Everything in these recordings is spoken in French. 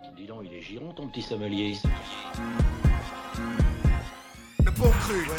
Dis donc, il est giron ton petit sommelier. Le bon cru, ouais.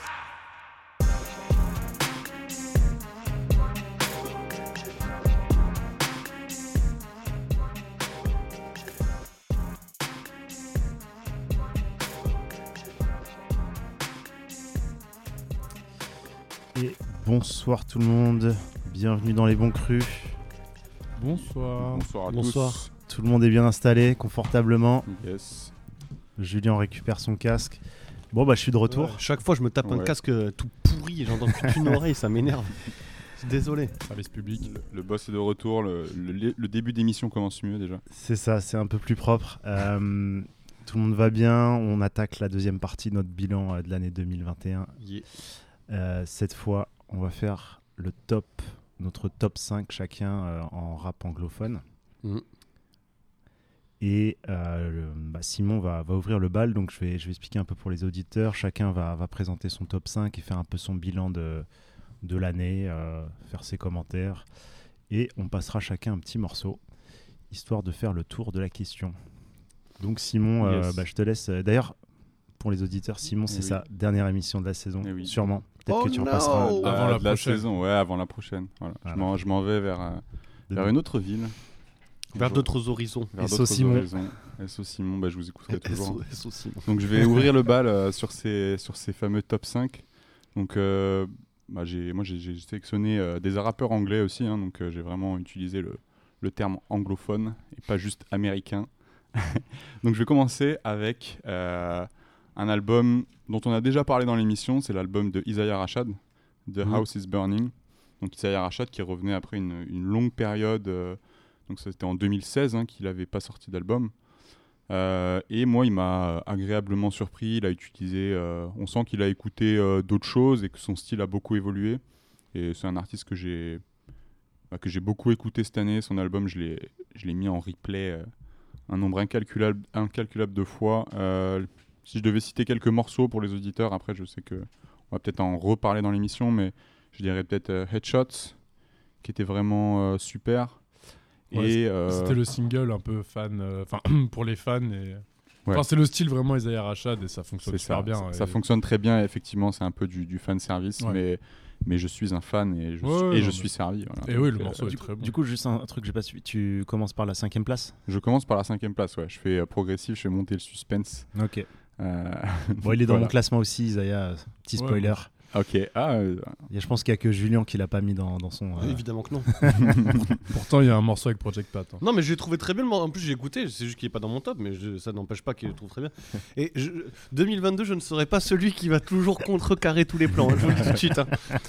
Et bonsoir tout le monde, bienvenue dans les bons crus. Bonsoir. Bonsoir à Bonsoir. tous. Tout le monde est bien installé, confortablement. Yes. Julien récupère son casque. Bon bah je suis de retour. Ouais, chaque fois je me tape un Ouais. casque tout pourri et j'entends qu'une oreille, ça m'énerve. Désolé. Service public. Le boss est de retour. Le début d'émission commence mieux déjà. C'est ça, c'est un peu plus propre. Tout le monde va bien, on attaque la deuxième partie de notre bilan de l'année 2021. Yeah. Cette fois, on va faire notre top 5 chacun en rap anglophone. Mhm. Et Simon va ouvrir le bal, donc je vais expliquer un peu pour les auditeurs. Chacun va présenter son top 5 et faire un peu son bilan de l'année, faire ses commentaires. Et on passera chacun un petit morceau, histoire de faire le tour de la question. Donc Simon, Yes. je te laisse. D'ailleurs, pour les auditeurs, Simon, c'est oui. sa dernière émission de la saison, Eh oui. sûrement. Peut-être Oh que tu no. repasseras. Avant la de la prochaine. saison, ouais, avant la prochaine. Voilà. Voilà. Je m'en vais vers une autre ville. Vers d'autres horizons. Vers SO d'autres Simon. horizons. SO Simon, je vous écouterai toujours. SO Simon. Donc je vais ouvrir le bal sur ces fameux top 5. Donc j'ai sélectionné des rappeurs anglais aussi, hein, donc j'ai vraiment utilisé le terme anglophone et pas juste américain. Donc je vais commencer avec un album dont on a déjà parlé dans l'émission, c'est l'album de Isaiah Rashad, The House is Burning. Donc Isaiah Rashad qui revenait après une longue période, donc c'était en 2016 qu'il n'avait pas sorti d'album. Et moi, il m'a agréablement surpris. Il a utilisé, on sent qu'il a écouté d'autres choses et que son style a beaucoup évolué. Et c'est un artiste que j'ai beaucoup écouté cette année. Son album, je l'ai mis en replay un nombre incalculable de fois. Si je devais citer quelques morceaux pour les auditeurs, après je sais qu'on va peut-être en reparler dans l'émission, mais je dirais peut-être Headshots, qui était vraiment super. Ouais, Et C'était le single un peu fan, pour les fans. Ouais. C'est le style vraiment Isaiah Rashad et ça fonctionne c'est super ça, bien. ça fonctionne très bien, effectivement, c'est un peu du fan service, Ouais. mais je suis un fan et je suis servi. Voilà. Et oui, Donc, le morceau est Du, très bon. du coup, juste un truc que j'ai pas suivi. Tu commences par la 5e place. je commence par la 5e place, ouais. Je fais progressif, je fais monter le suspense. Ok. Euh, Bon, il est dans voilà. mon classement aussi, Isaiah. Petit Ouais, spoiler. Ok, Je pense qu'il y a que Julien qui l'a pas mis dans son. Évidemment que non. Pourtant, il y a un morceau avec Project Pat. hein. Non, mais j'ai trouvé très bien. En plus, j'ai écouté. C'est juste qu'il est pas dans mon top, mais ça n'empêche pas qu'il le trouve très bien. Et 2022, je ne serai pas celui qui va toujours contrecarrer tous les plans. Je vous le dis tout de suite. hein.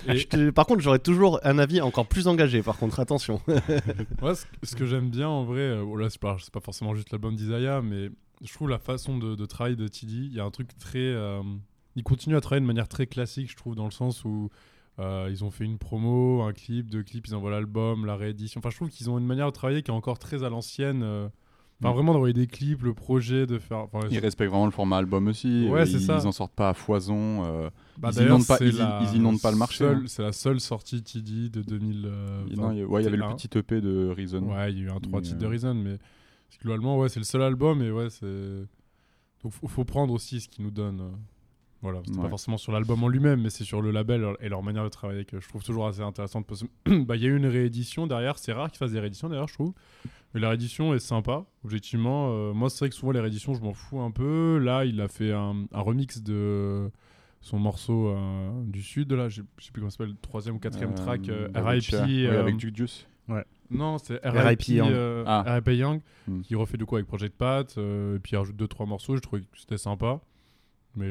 Par contre, j'aurai toujours un avis encore plus engagé. Par contre, attention. Ouais, ce que j'aime bien en vrai, là c'est pas forcément juste l'album d'Isaiah, mais je trouve la façon de travailler de TD, il y a un truc très. Il continue à travailler de manière très classique, je trouve, dans le sens où ils ont fait une promo, un clip, 2 clips, ils envoient l'album, la réédition. Enfin, je trouve qu'ils ont une manière de travailler qui est encore très à l'ancienne. Vraiment d'envoyer des clips, le projet, de faire. ils respectent vraiment le format album aussi. Ouais, c'est ça. Ils en sortent pas à foison. Ils d'ailleurs, inondent pas, c'est ils inondent pas le marché. hein. C'est la seule sortie TD de 2000. Non, il y avait le petit EP de Reason. Ouais, il y a eu un 3 Mais, titres de Reason, mais globalement, ouais, c'est le seul album et ouais, c'est. Donc, faut prendre aussi ce qu'ils nous donnent. Voilà, c'est pas Ouais. forcément sur l'album en lui-même, mais c'est sur le label et leur manière de travailler que je trouve toujours assez intéressante. Parce que il y a eu une réédition derrière, c'est rare qu'ils fassent des rééditions d'ailleurs, je trouve. Mais la réédition est sympa, objectivement. Moi, c'est vrai que souvent les rééditions, je m'en fous un peu. Là, il a fait un remix de son morceau du Sud, là, je sais plus comment ça s'appelle, le 3e ou 4e track, avec RIP. avec Duke Juice. Non, c'est R.I.P. RIP Young. RIP Young, qui Mm. refait du coup avec Project Pat, et puis il rajoute 2-3 morceaux, je trouvais que c'était sympa. Mais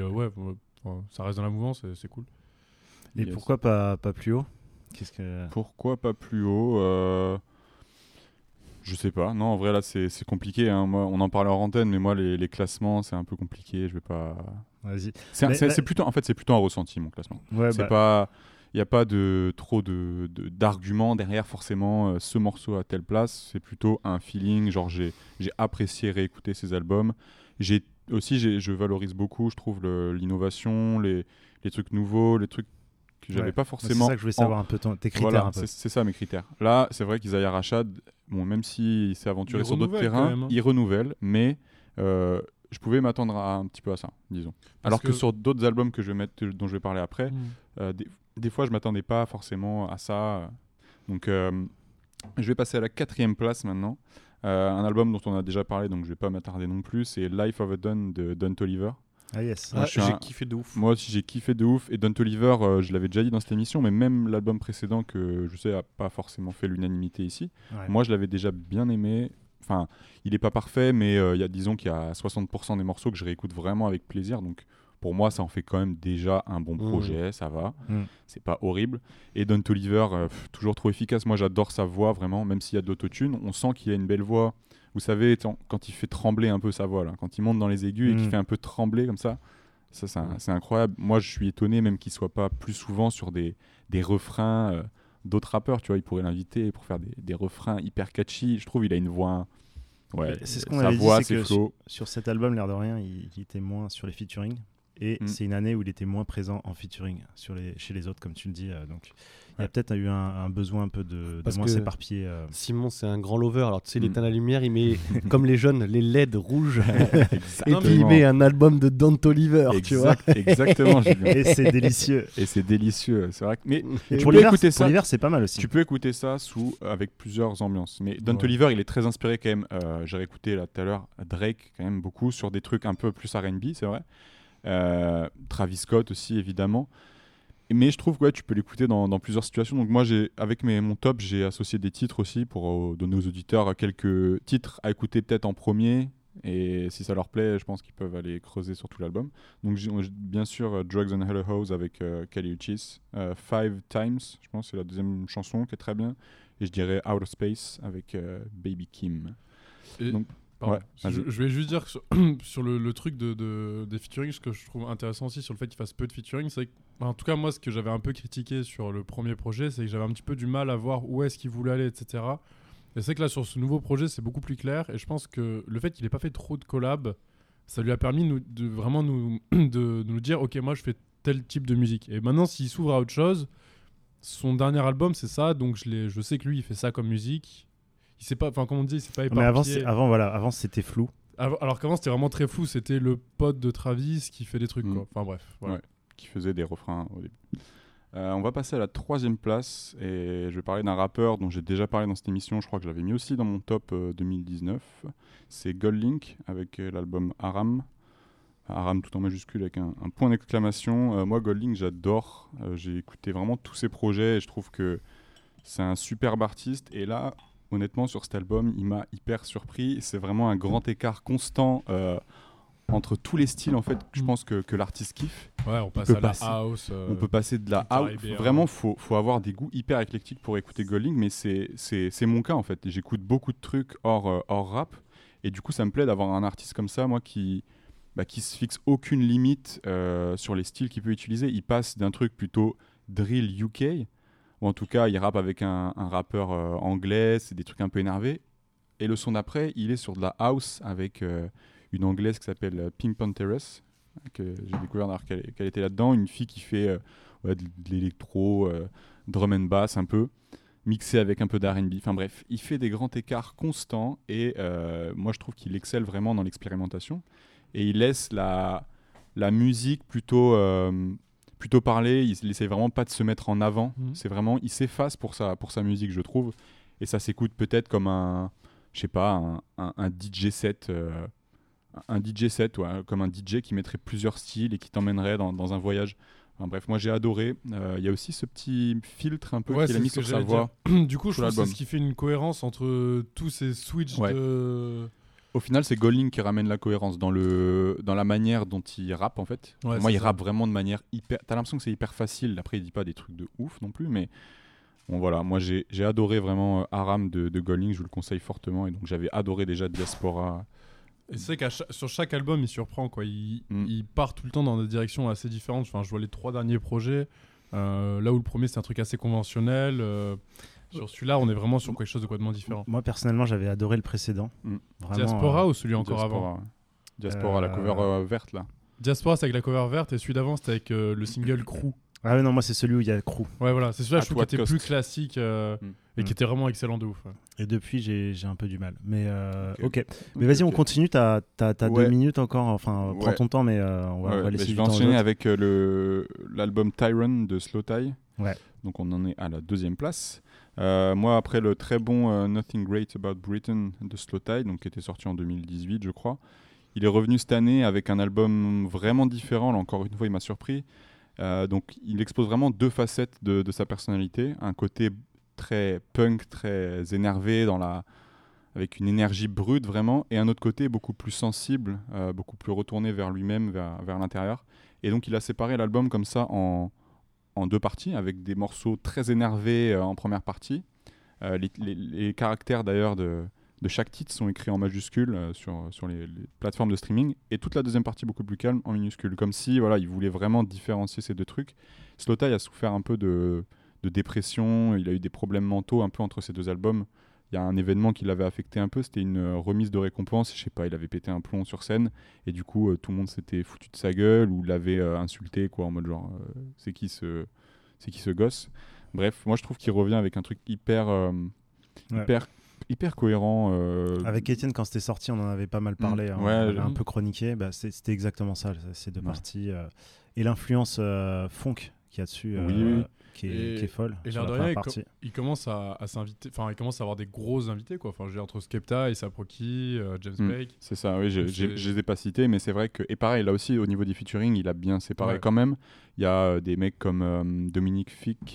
ça reste dans la mouvance, c'est cool. Et Yes. pourquoi pas plus haut? Qu'est-ce que. Pourquoi pas plus haut Je sais pas. Non, en vrai, là, c'est compliqué. hein. Moi, on en parle en antenne, mais moi, les classements, c'est un peu compliqué. Je vais pas. Vas-y. C'est Mais- c'est plutôt, en fait, c'est plutôt un ressenti, mon classement. Ouais, C'est pas. Il n'y a pas trop d'arguments derrière forcément ce morceau à telle place. C'est plutôt un feeling. Genre, j'ai apprécié réécouter ces albums. Je valorise beaucoup, je trouve, l'innovation, les trucs nouveaux, les trucs que j'avais Ouais. pas C'est forcément. ça que je voulais savoir un peu tes critères. Voilà, un peu. c'est ça mes critères. Là, c'est vrai qu'Isaiah Rashad, bon, même s'il s'est aventuré Il sur d'autres renouvelle quand terrains, même, hein. il renouvelle, mais je pouvais m'attendre à un petit peu à ça, disons. Alors que que- sur d'autres albums que je vais mettre, dont je vais parler après, Mm. des fois, je m'attendais pas forcément à ça. Donc, je vais passer à la 4e place maintenant. Un album dont on a déjà parlé, donc je vais pas m'attarder non plus. C'est Life of a Don de Don Toliver. Ah yes. Moi, je suis J'ai un- kiffé de ouf. Moi aussi, j'ai kiffé de ouf. Et Don Toliver, je l'avais déjà dit dans cette émission, mais même l'album précédent que je sais a pas forcément fait l'unanimité ici. Ouais. Moi, je l'avais déjà bien aimé. Enfin, il est pas parfait, mais disons qu'il y a 60% des morceaux que je réécoute vraiment avec plaisir. Donc, pour moi, ça en fait quand même déjà un bon projet. Ça va. C'est pas horrible. Et Don Toliver, toujours trop efficace. Moi, j'adore sa voix vraiment, même s'il y a de l'autotune. On sent qu'il a une belle voix. Vous savez, quand il fait trembler un peu sa voix, là, quand il monte dans les aigus et qu'il fait un peu trembler comme ça, c'est incroyable. Moi, je suis étonné même qu'il soit pas plus souvent sur des refrains d'autres rappeurs. Tu vois, il pourrait l'inviter pour faire des refrains hyper catchy. Je trouve il a une voix. Ouais, C'est ce qu'on sa avait dit, voix, c'est ses que flows. sur cet album, l'air de rien, il était moins sur les featuring. Et c'est une année où il était moins présent en featuring chez les autres, comme tu le dis. Donc, il y a peut-être eu un besoin un peu de Parce moins que s'éparpiller. Simon, c'est un grand lover. Alors, tu sais, il éteint la lumière, il met, comme les jeunes, les LED rouges. Et puis, il met un album de Don Toliver, tu vois. Exactement. Julien. Et c'est délicieux. Et c'est délicieux. C'est vrai. Mais Et tu pour peux l'hiver, écouter ça. pour l'hiver, c'est pas mal aussi. Tu peux écouter ça avec plusieurs ambiances. Mais Don Ouais. Toliver, il est très inspiré quand même. J'ai réécouté là tout à l'heure Drake quand même beaucoup sur des trucs un peu plus R&B, c'est vrai. Travis Scott aussi évidemment. Mais je trouve que tu peux l'écouter dans plusieurs situations. Donc moi, avec mon top, j'ai associé des titres aussi pour donner aux auditeurs quelques titres à écouter peut-être en premier. Et si ça leur plaît, je pense qu'ils peuvent aller creuser sur tout l'album. Donc bien sûr Drugs and Hello Hoes avec Kali Uchis, Five Times, je pense que c'est la deuxième chanson qui est très bien. Et je dirais Outer Space avec Baby Kim. Et- Donc, Pardon. ouais, Je vais juste dire que sur le truc des featuring, ce que je trouve intéressant aussi sur le fait qu'il fasse peu de featuring, c'est que, en tout cas moi, ce que j'avais un peu critiqué sur le premier projet, c'est que j'avais un petit peu du mal à voir où est-ce qu'il voulait aller, etc. Et c'est que là, sur ce nouveau projet, c'est beaucoup plus clair. Et je pense que le fait qu'il ait pas fait trop de collabs, ça lui a permis de vraiment de nous dire, ok, moi je fais tel type de musique. Et maintenant, s'il s'ouvre à autre chose, son dernier album, c'est ça, donc je sais que lui, il fait ça comme musique. Il sait pas, enfin, comme on dit, il s'est pas Mais éparpillé. avant, c'était flou. Alors qu'avant, c'était vraiment très flou. C'était le pote de Travis qui fait des trucs, quoi. Enfin bref. Voilà. Ouais, qui faisait des refrains au début. On va passer à la 3e place et je vais parler d'un rappeur dont j'ai déjà parlé dans cette émission. Je crois que je l'avais mis aussi dans mon top 2019. C'est Goldlink avec l'album Aram. Aram tout en majuscule avec un point d'exclamation. Moi, Goldlink, j'adore. J'ai écouté vraiment tous ses projets et je trouve que c'est un superbe artiste. Et là, honnêtement, sur cet album, il m'a hyper surpris. C'est vraiment un grand écart constant entre tous les styles, en fait, que je pense que l'artiste kiffe. Ouais, on passe peut à la passer. house. On peut passer de la guitare house. IBM. Vraiment, faut avoir des goûts hyper éclectiques pour écouter Goldlink, mais c'est mon cas, en fait. J'écoute beaucoup de trucs hors rap. Et du coup, ça me plaît d'avoir un artiste comme ça, moi, qui se fixe aucune limite sur les styles qu'il peut utiliser. Il passe d'un truc plutôt drill UK, ou en tout cas, il rappe avec un rappeur anglais, c'est des trucs un peu énervés. Et le son d'après, il est sur de la house avec une anglaise qui s'appelle Pink Panthers, que j'ai découvert d'ailleurs qu'elle était là-dedans, une fille qui fait de l'électro, drum and bass un peu, mixé avec un peu d'R&B. Enfin bref, il fait des grands écarts constants et moi je trouve qu'il excelle vraiment dans l'expérimentation. Et il laisse la musique plutôt parler, il essaie vraiment pas de se mettre en avant. C'est vraiment, il s'efface pour sa musique, je trouve. Et ça s'écoute peut-être comme un DJ set. Un DJ set, ouais, comme un DJ qui mettrait plusieurs styles et qui t'emmènerait dans un voyage. Enfin, bref, moi j'ai adoré. Il y a aussi ce petit filtre un peu qu'il a mis sur sa voix. Du coup, je trouve que c'est ce qui fait une cohérence entre tous ces switches de... Au final, c'est Goldlink qui ramène la cohérence dans la manière dont il rappe, en fait. Ouais, moi, il ça. rappe vraiment de manière hyper... T'as l'impression que c'est hyper facile. Après, il dit pas des trucs de ouf non plus, mais... Bon, voilà. Moi, j'ai adoré vraiment Aram de Goldlink. Je vous le conseille fortement. Et donc, j'avais adoré déjà Diaspora. Et c'est que sur chaque album, il surprend, quoi. Il part tout le temps dans des directions assez différentes. Enfin, je vois les 3 derniers projets. Là où le premier, c'est un truc assez conventionnel. Sur celui-là, on est vraiment sur quelque chose de complètement différent. Moi, personnellement, j'avais adoré le précédent. Vraiment, Diaspora ou celui encore Diaspora, avant ouais. Diaspora, la cover verte, là. Diaspora, c'est avec la cover verte. Et celui d'avant, c'était avec le single Crew. Ah ouais, non, moi c'est celui où il y a Crew. Ouais, voilà, c'est celui-là, je At trouve what qu'il était cost. plus classique et qui était vraiment excellent de ouf. Ouais. Et depuis, j'ai un peu du mal. Mais ok. Mais Ok, vas-y, on ok. continue. T'as Ouais. 2 minutes encore. Enfin, prends Ouais. ton temps, mais on va Ouais, laisser je du vais temps aux enchaîner autres. avec l'album Tyron de Slow Tie. Ouais. Donc on en est à la 2e place. Moi, après le très bon Nothing Great About Britain de Slow Tie, donc qui était sorti en 2018, je crois, il est revenu cette année avec un album vraiment différent. Là, encore une fois, il m'a surpris. Donc il expose vraiment 2 facettes de sa personnalité. Un côté très punk, très énervé, avec une énergie brute vraiment, et un autre côté beaucoup plus sensible, beaucoup plus retourné vers lui-même, vers l'intérieur. Et donc il a séparé l'album comme ça en 2 parties, avec des morceaux très énervés en première partie. Les caractères d'ailleurs de chaque titre sont écrits en majuscules sur les plateformes de streaming, et toute la deuxième partie beaucoup plus calme en minuscules, comme si voilà, il voulait vraiment différencier ces 2 trucs. Slow Tie a souffert un peu de dépression, il a eu des problèmes mentaux un peu entre ces 2 albums. Il y a un événement qui l'avait affecté un peu, c'était une remise de récompense, je sais pas, il avait pété un plomb sur scène, et du coup tout le monde s'était foutu de sa gueule ou l'avait insulté, quoi, en mode genre c'est qui ce gosse. Bref, moi je trouve qu'il revient avec un truc hyper cohérent. Avec Étienne, quand c'était sorti, on en avait pas mal parlé. Hein, ouais, on avait un peu chroniqué. Bah, c'était exactement ça, ces 2 parties. Et l'influence funk qu'il y a dessus, Oui. qui est folle. Et sur l'air la de première rien, partie. il commence à s'inviter, enfin, il commence à avoir des gros invités, quoi. Enfin, je veux dire, entre Skepta, A$AP Rocky, James Blake. C'est ça, oui, je les ai pas cités, mais c'est vrai que... Et pareil, là aussi, au niveau des featuring, il a bien séparé Ouais. quand même. Il y a des mecs comme Dominique Fick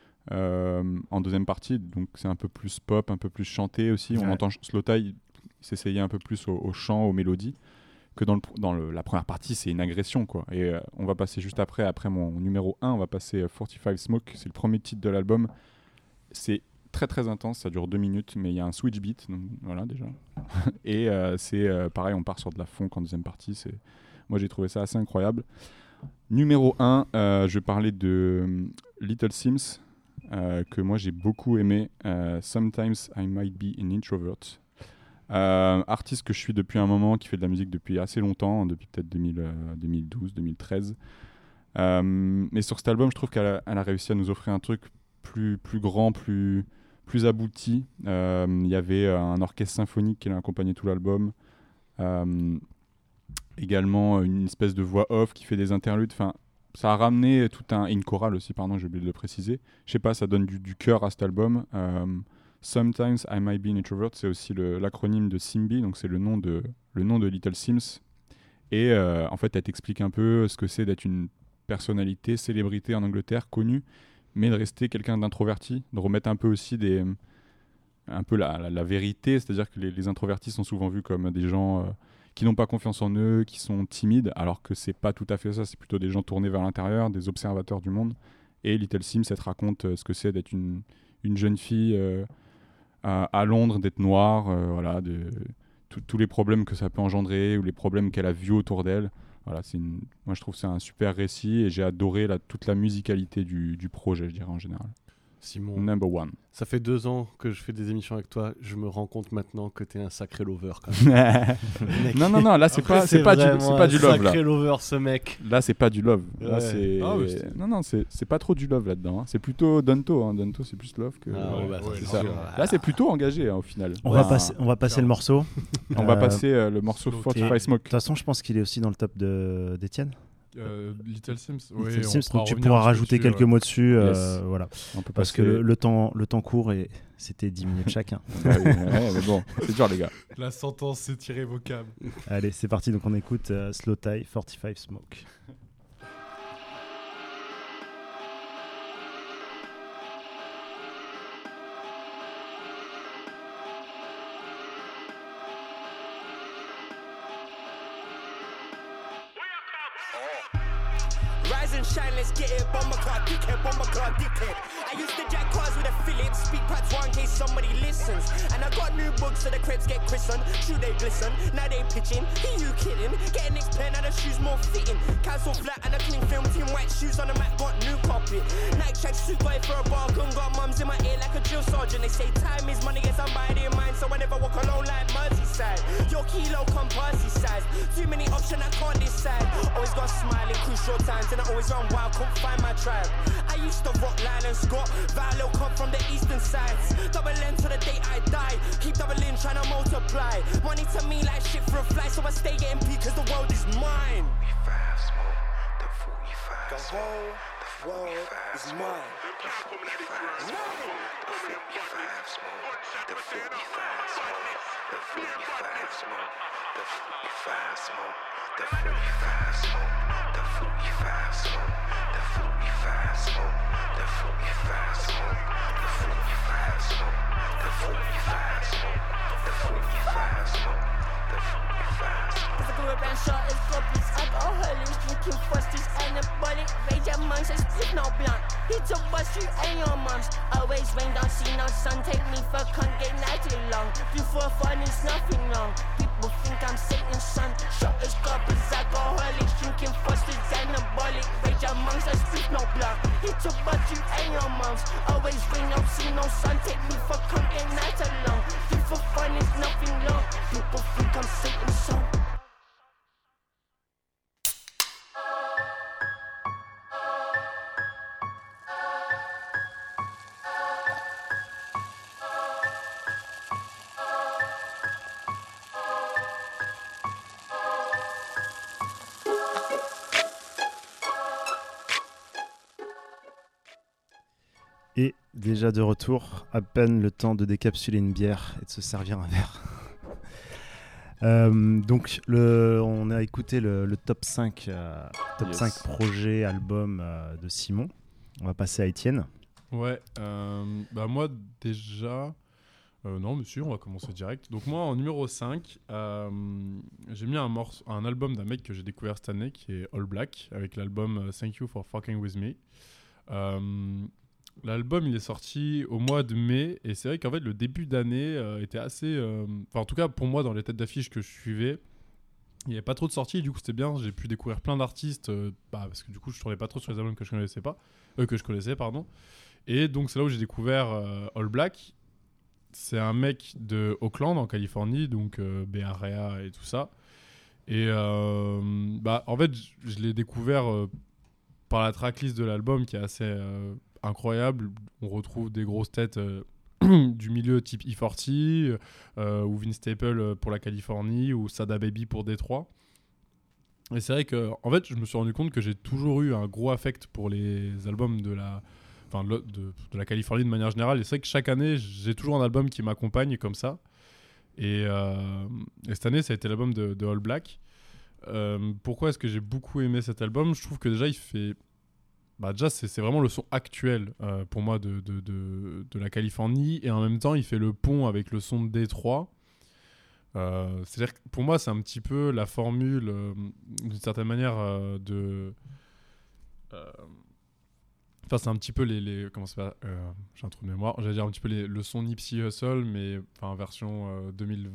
en deuxième partie, donc c'est un peu plus pop, un peu plus chanté aussi. On Ouais. entend Slow Tie s'essayer un peu plus au chant, aux mélodies, que dans la première partie, c'est une agression, quoi. Et on va passer juste après mon numéro 1, on va passer 45 Smoke, c'est le premier titre de l'album. C'est très très intense, ça dure 2 minutes, mais il y a un switch beat, donc voilà déjà. Et c'est pareil, on part sur de la funk en deuxième partie. Moi j'ai trouvé ça assez incroyable. Numéro 1, je vais parler de Little Sims, que moi j'ai beaucoup aimé. Sometimes I Might Be an Introvert. Artiste que je suis depuis un moment, qui fait de la musique depuis assez longtemps, depuis peut-être 2012, 2013. Mais sur cet album, je trouve qu'elle a réussi à nous offrir un truc plus grand, plus abouti. Il y avait un orchestre symphonique qui l'a accompagné tout l'album. Également une espèce de voix off qui fait des interludes. Enfin, ça a ramené une chorale aussi, pardon, j'ai oublié de le préciser. Je sais pas, ça donne du cœur à cet album. Sometimes I Might Be an Introvert, c'est aussi l'acronyme de Simbi, donc c'est le nom de Little Sims. Et en fait, elle t'explique un peu ce que c'est d'être une personnalité, célébrité en Angleterre, connue, mais de rester quelqu'un d'introverti, de remettre un peu aussi un peu la vérité, c'est-à-dire que les introvertis sont souvent vus comme des gens qui n'ont pas confiance en eux, qui sont timides, alors que c'est pas tout à fait ça, c'est plutôt des gens tournés vers l'intérieur, des observateurs du monde. Et Little Sims, elle te raconte ce que c'est d'être une jeune fille à Londres, d'être noire, voilà, tous les problèmes que ça peut engendrer, ou les problèmes qu'elle a vus autour d'elle. Voilà, moi je trouve que c'est un super récit, et j'ai adoré toute la musicalité du projet, je dirais en général. Simon, Number 1. ça fait 2 ans que je fais des émissions avec toi. Je me rends compte maintenant que t'es un sacré lover quand même. Mec. Non, là c'est Après, pas du love là. Sacré lover ce mec. Là c'est pas du love. Là Ouais. c'est Ah ouais, c'est- non c'est pas trop du love là-dedans. Hein. C'est plutôt Danto. Hein. Danto c'est plus love que. Ah, ouais, bah, ouais, c'est ça. sûr. Là c'est plutôt engagé hein, au final. On Ouais. va passer le morceau. On va Euh, passer le morceau Slow 45 Tie. Smoke. De toute façon, je pense qu'il est aussi dans le top d'Étienne. Little Sims, Little Sims, donc tu pourras rajouter quelques mots dessus. Yes. Voilà. On peut Parce passer... que le temps court et c'était 10 minutes chacun. Ouais, mais bon, c'est dur les gars. La sentence, c'est irrévocable. Allez, c'est parti. Donc on écoute Slow Tie, 45 Smoke. Rise and shine, let's get it. Bomber car, dickhead. I used to jack cars with a Phillips, speak pats one in case somebody listens. And I got new books so the creds get christened. Shoe they glisten, now they pitching. Are you kidding? Getting next pair, now the shoes more fitting. Cancel flat and a clean film team, white shoes on the mat, got new carpet. Nike check suit, got it for a bargain. Got mums in my ear like a drill sergeant. They say time is money, yes I'm buying in mine. So I never walk alone like Merseyside. Your kilo comparse size. Too many options, I can't decide. Always got smiling, crucial times, and I always run wild, couldn't find my tribe. I used to rock Lylan Scott, Valo come from the eastern sides. Double N to the day I die. Keep doubling, trying to multiply. Money to me like shit for a fly, so I stay getting peak cause the world is mine. The whole world is mine. The 45 smoke. The 45 smoke. The 45 smoke. The 45 smoke. The 45 smoke. The 45 smoke. The 45 smoke. The 45 smoke. The 45 smoke. The 45 smoke. The 45 smoke. The 45 smoke. The 45 smoke. Cause I grew up and shot as goblins. I got hurlings, drinking frosties, anabolic, rage amongst us, split no blunt. Hit to bust you and your mums. Always rain, don't see no sun. Take me for cunt, get nighty long. Before fun is nothing wrong. People think I'm Satan's son. Shot as goblins, I got hurlings, drinking frosties, anabolic, rage amongst us, split no blunt. Hit to bust you and your mums. Always rain, don't see no sun. Take me for cunt, get nighty long. Before fun is nothing wrong. People think I'm Satan's son. Et déjà de retour, à peine le temps de décapsuler une bière et de se servir un verre. Donc on a écouté le top 5, top 5 projets, albums de Simon. On va passer à Étienne. Ouais, bah moi déjà... non, monsieur, on va commencer direct. Donc moi, en numéro 5, j'ai mis un album d'un mec que j'ai découvert cette année, qui est All Black, avec l'album Thank You for Fucking With Me. L'album, il est sorti au mois de mai, et c'est vrai qu'en fait, le début d'année était assez... en tout cas, pour moi, dans les têtes d'affiche que je suivais, il n'y avait pas trop de sorties, et du coup, c'était bien. J'ai pu découvrir plein d'artistes, parce que du coup, je ne tournais pas trop sur les albums que je connaissais, pardon. Et donc, c'est là où j'ai découvert All Black. C'est un mec de Oakland, en Californie, donc Bay Area et tout ça. Et en fait, je l'ai découvert par la tracklist de l'album qui est assez incroyable. On retrouve des grosses têtes du milieu type E40, ou Vince Staples pour la Californie, ou Sada Baby pour Détroit. Et c'est vrai que, en fait, je me suis rendu compte que j'ai toujours eu un gros affect pour les albums de la Californie de manière générale. Et c'est vrai que chaque année, j'ai toujours un album qui m'accompagne comme ça. Et cette année, ça a été l'album de All Black. Pourquoi est-ce que j'ai beaucoup aimé cet album ? Je trouve que déjà, il fait... déjà, c'est vraiment le son actuel pour moi de la Californie. Et en même temps, il fait le pont avec le son de Détroit. C'est-à-dire que pour moi, c'est un petit peu la formule, d'une certaine manière, de... c'est un petit peu comment c'est pas j'ai un trou de mémoire. J'allais dire un petit peu le son Nipsey Hussle, mais version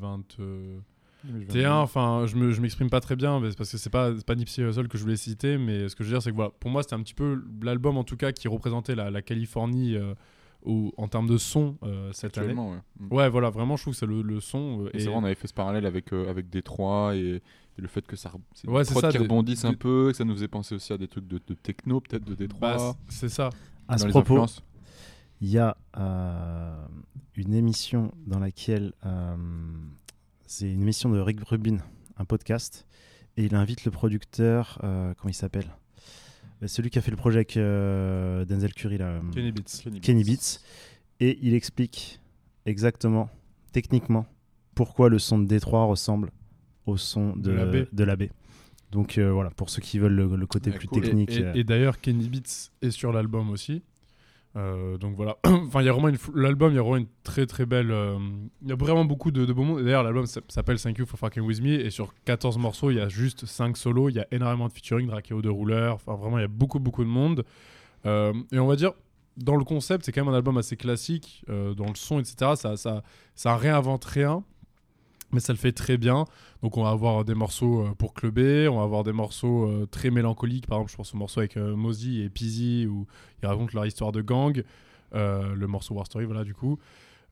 2021. Enfin, je m'exprime pas très bien, parce que c'est pas Nipsey Hussle que je voulais citer, mais ce que je veux dire, c'est que voilà, pour moi, c'était un petit peu l'album en tout cas qui représentait la Californie en termes de son cette année. Ouais, voilà, vraiment, je trouve que c'est le son. Et c'est vrai, on avait fait ce parallèle avec Détroit et le fait que c'est ça, qui rebondissent un peu, que ça nous faisait penser aussi à des trucs de techno, peut-être de Détroit. C'est ça. À ce propos, il y a une émission dans laquelle c'est une émission de Rick Rubin, un podcast, et il invite le producteur, comment il s'appelle ? Celui qui a fait le projet avec Denzel Curry, là, Kenny Beats, et il explique exactement, techniquement, pourquoi le son de Détroit ressemble au son de la baie. Donc voilà, pour ceux qui veulent le côté plus technique. Et d'ailleurs, Kenny Beats est sur l'album aussi. Donc voilà, enfin il y a vraiment l'album, il y a vraiment une très très belle, il y a vraiment beaucoup de beaux mondes. D'ailleurs l'album s'appelle Thank You for Fucking With Me, et sur 14 morceaux il y a juste 5 solos, il y a énormément de featuring, Drakeo de Ruler, enfin vraiment il y a beaucoup de monde, et on va dire dans le concept c'est quand même un album assez classique, dans le son etc, ça réinvente rien, mais ça le fait très bien. Donc on va avoir des morceaux pour clubber, on va avoir des morceaux très mélancoliques, par exemple je pense au morceau avec Mozzy et Peasy où ils racontent leur histoire de gang, le morceau War Story, voilà, du coup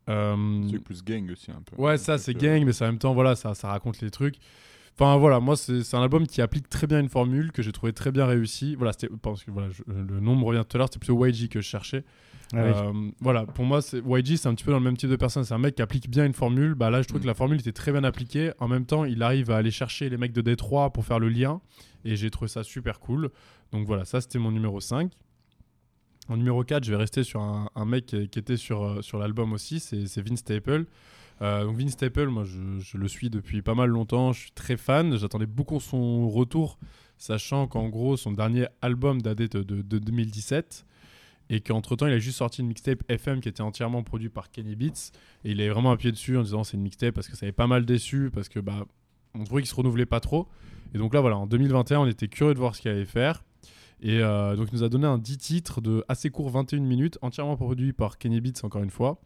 C'est plus gang aussi un peu. Ouais, ça c'est gang, mais c'est en même temps, voilà, ça raconte les trucs. Enfin voilà, moi c'est un album qui applique très bien une formule que j'ai trouvé très bien réussi. Voilà, parce que voilà, le nom me revient tout à l'heure, c'était plutôt YG que je cherchais. Voilà, pour moi, YG, c'est un petit peu dans le même type de personne. C'est un mec qui applique bien une formule. Bah là, je trouve que la formule était très bien appliquée. En même temps, il arrive à aller chercher les mecs de Détroit pour faire le lien. Et j'ai trouvé ça super cool. Donc voilà, ça c'était mon numéro 5. En numéro 4, je vais rester sur un mec qui était sur l'album aussi. C'est Vince Staples. Donc Vince Staples, moi je le suis depuis pas mal longtemps. Je suis très fan. J'attendais beaucoup son retour, sachant qu'en gros, son dernier album datait de 2017. Et qu'entre-temps, il a juste sorti une mixtape FM qui était entièrement produite par Kenny Beats. Et il est vraiment appuyé dessus en disant c'est une mixtape parce que ça avait pas mal déçu, parce que on trouvait qu'il se renouvelait pas trop. Et donc là, voilà, en 2021, on était curieux de voir ce qu'il allait faire. Et donc il nous a donné un 10 titres de assez court, 21 minutes, entièrement produit par Kenny Beats, encore une fois.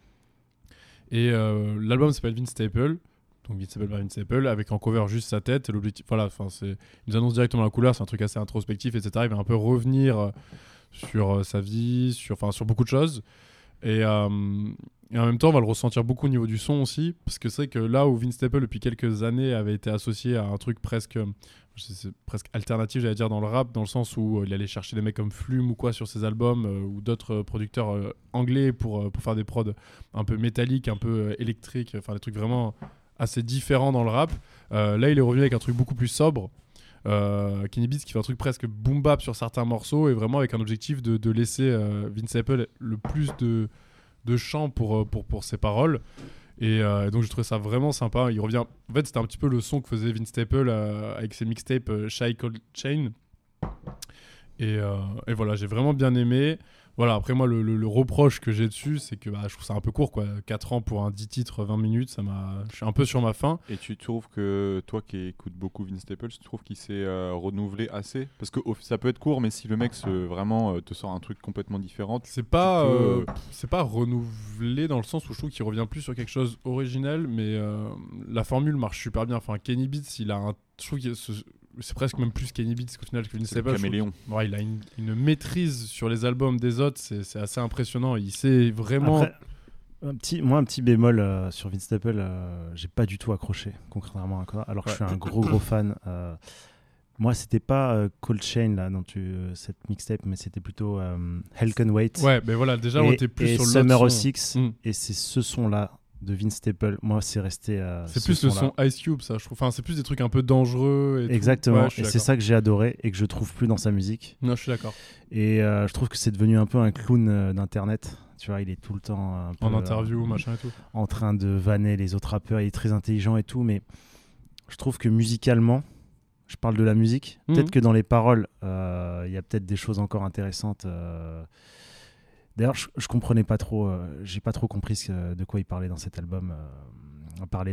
Et l'album s'appelle Vince Staples. Donc Vince Staples par Vince Staples, avec en cover juste sa tête. Et l'objectif, voilà, il nous annonce directement la couleur, c'est un truc assez introspectif, etc. Il va un peu revenir sur sa vie, sur beaucoup de choses. Et en même temps, on va le ressentir beaucoup au niveau du son aussi, parce que c'est vrai que là où Vince Staples, depuis quelques années, avait été associé à un truc presque alternatif, j'allais dire, dans le rap, dans le sens où il allait chercher des mecs comme Flume ou quoi sur ses albums, ou d'autres producteurs anglais pour faire des prods un peu métalliques, un peu électriques, enfin des trucs vraiment assez différents dans le rap. Là, il est revenu avec un truc beaucoup plus sobre. Kenny Beats qui fait un truc presque boom bap sur certains morceaux et vraiment avec un objectif de laisser Vince Staples le plus de champ pour ses paroles et donc je trouvais ça vraiment sympa. Il revient, en fait c'était un petit peu le son que faisait Vince Staples avec ses mixtapes Shy Cold Chain et voilà, j'ai vraiment bien aimé. Voilà, après moi le reproche que j'ai dessus, c'est que je trouve ça un peu court, quoi. 4 ans pour un 10 titres 20 minutes, je suis un peu sur ma faim. Et tu trouves que toi qui écoutes beaucoup Vince Staples, tu trouves qu'il s'est renouvelé assez? Parce que ça peut être court, mais si le mec vraiment te sort un truc complètement différent, c'est pas renouvelé dans le sens où je trouve qu'il revient plus sur quelque chose original, mais la formule marche super bien. Enfin, Kenny Beats, je trouve que c'est presque même plus Kenny Beats qu'au final que Vince Staples. Caméléon. Ouais, il a une maîtrise sur les albums des autres, c'est assez impressionnant. Il sait vraiment. Après, un petit bémol sur Vince Staples, j'ai pas du tout accroché, contrairement à quoi, alors que je suis un gros fan. Moi, c'était pas Cold Chain là, cette mixtape, mais c'était plutôt Hell Can Wait. Ouais, mais voilà, déjà on était plus sur l'autre Summer son. 06, et c'est ce son-là de Vince Staples. Moi, c'est resté. C'est plus le son Ice Cube, ça, je trouve. Enfin, c'est plus des trucs un peu dangereux. Exactement. Ouais, et c'est ça que j'ai adoré et que je trouve plus dans sa musique. Non, je suis d'accord. Et je trouve que c'est devenu un peu un clown d'internet. Tu vois, il est tout le temps un peu, en interview, machin et tout, en train de vanner les autres rappeurs. Il est très intelligent et tout, mais je trouve que musicalement, je parle de la musique. Peut-être que dans les paroles, il y a peut-être des choses encore intéressantes. D'ailleurs, je comprenais pas trop, j'ai pas trop compris de quoi il parlait dans cet album. On parlait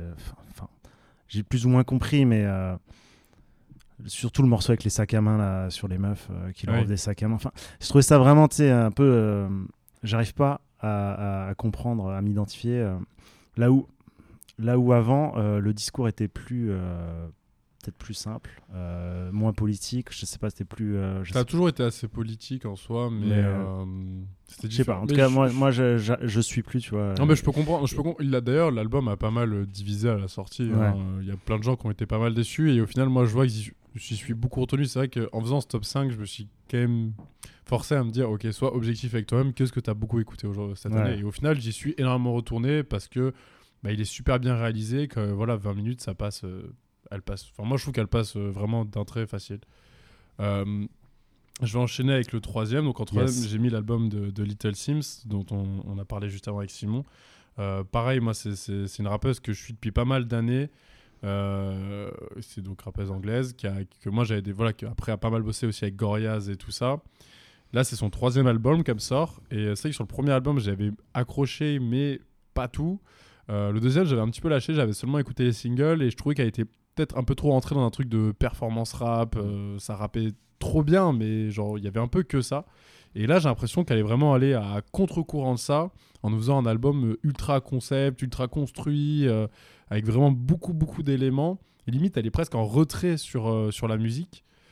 j'ai plus ou moins compris, mais surtout le morceau avec les sacs à main là, sur les meufs qui leur offrent des sacs à main. Enfin, je trouvais ça vraiment, tu sais, un peu. J'arrive pas à comprendre, à m'identifier. Là où avant, le discours était peut-être plus simple, moins politique, je sais pas, c'était plus... ça a toujours été assez politique en soi, mais c'était différent. Je sais pas, en tout cas, moi je suis plus, tu vois. Non, mais je peux comprendre. D'ailleurs, l'album a pas mal divisé à la sortie. Il y a plein de gens qui ont été pas mal déçus, et au final, moi je vois que j'y suis beaucoup retenu. C'est vrai qu'en faisant ce top 5, je me suis quand même forcé à me dire, ok, sois objectif avec toi-même, qu'est-ce que tu as beaucoup écouté cette année? Et au final, j'y suis énormément retourné parce que il est super bien réalisé, que voilà, 20 minutes, ça passe... moi je trouve qu'elle passe vraiment d'un trait facile. Je vais enchaîner avec le troisième. Donc en troisième, j'ai mis l'album de Little Sims, dont on a parlé juste avant avec Simon. Pareil, moi c'est une rappeuse que je suis depuis pas mal d'années. C'est donc rappeuse anglaise que moi j'avais après a pas mal bossé aussi avec Gorillaz et tout ça. Là c'est son troisième album qu'elle sort, et c'est vrai que sur le premier album j'avais accroché mais pas tout. Le deuxième j'avais un petit peu lâché, j'avais seulement écouté les singles et je trouvais qu'elle était peut-être un peu trop rentrée dans un truc de performance rap. Ça rappait trop bien, mais genre il y avait un peu que ça. Et là j'ai l'impression qu'elle est vraiment allée à contre-courant de ça en nous faisant un album ultra concept, ultra construit, avec vraiment beaucoup d'éléments. Et limite elle est presque en retrait sur la musique.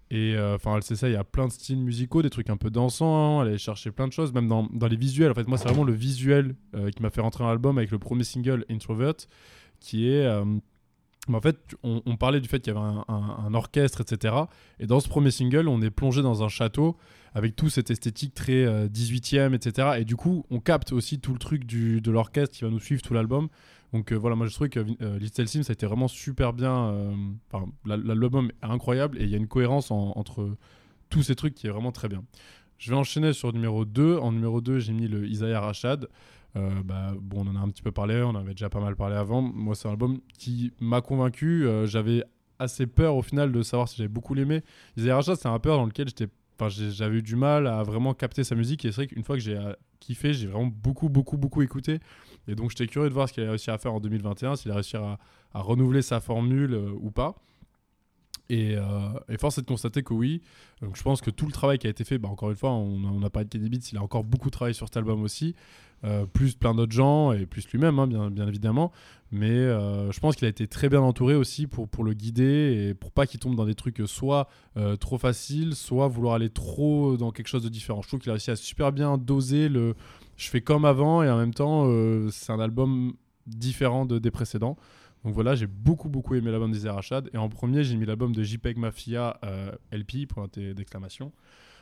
Et enfin, elle s'essaye à plein de styles musicaux, des trucs un peu dansants, elle allait chercher plein de choses, même dans les visuels. En fait, moi, c'est vraiment le visuel qui m'a fait rentrer dans l'album avec le premier single, Introvert, qui est... en fait, on parlait du fait qu'il y avait un orchestre, etc. Et dans ce premier single, on est plongé dans un château avec toute cette esthétique très 18e, etc. Et du coup, on capte aussi tout le truc de l'orchestre qui va nous suivre tout l'album. Donc voilà, moi je trouvais que Little Sims ça a été vraiment super bien. L'album est incroyable et il y a une cohérence entre tous ces trucs qui est vraiment très bien. Je vais enchaîner sur numéro 2. En numéro 2, j'ai mis le Isaiah Rashad. Bon, on en a un petit peu parlé, on avait déjà pas mal parlé avant. Moi, c'est un album qui m'a convaincu. J'avais assez peur au final de savoir si j'avais beaucoup l'aimé. Isaiah Rashad, c'est un rappeur dans lequel j'avais eu du mal à vraiment capter sa musique. Et c'est vrai qu'une fois que j'ai kiffé, j'ai vraiment beaucoup écouté. Et donc, j'étais curieux de voir ce qu'il a réussi à faire en 2021, s'il a réussi à renouveler sa formule ou pas. Et force est de constater que oui. Donc je pense que tout le travail qui a été fait, encore une fois, on a parlé de Kenny Beats, il a encore beaucoup travaillé sur cet album aussi, plus plein d'autres gens et plus lui-même, bien évidemment. Mais je pense qu'il a été très bien entouré aussi pour le guider et pour pas qu'il tombe dans des trucs soit trop faciles, soit vouloir aller trop dans quelque chose de différent. Je trouve qu'il a réussi à super bien doser le je fais comme avant et en même temps c'est un album différent des précédents. Donc voilà, j'ai beaucoup aimé l'album d'Isaiah Rashad. Et en premier, j'ai mis l'album de JPEG Mafia LP, point d'exclamation.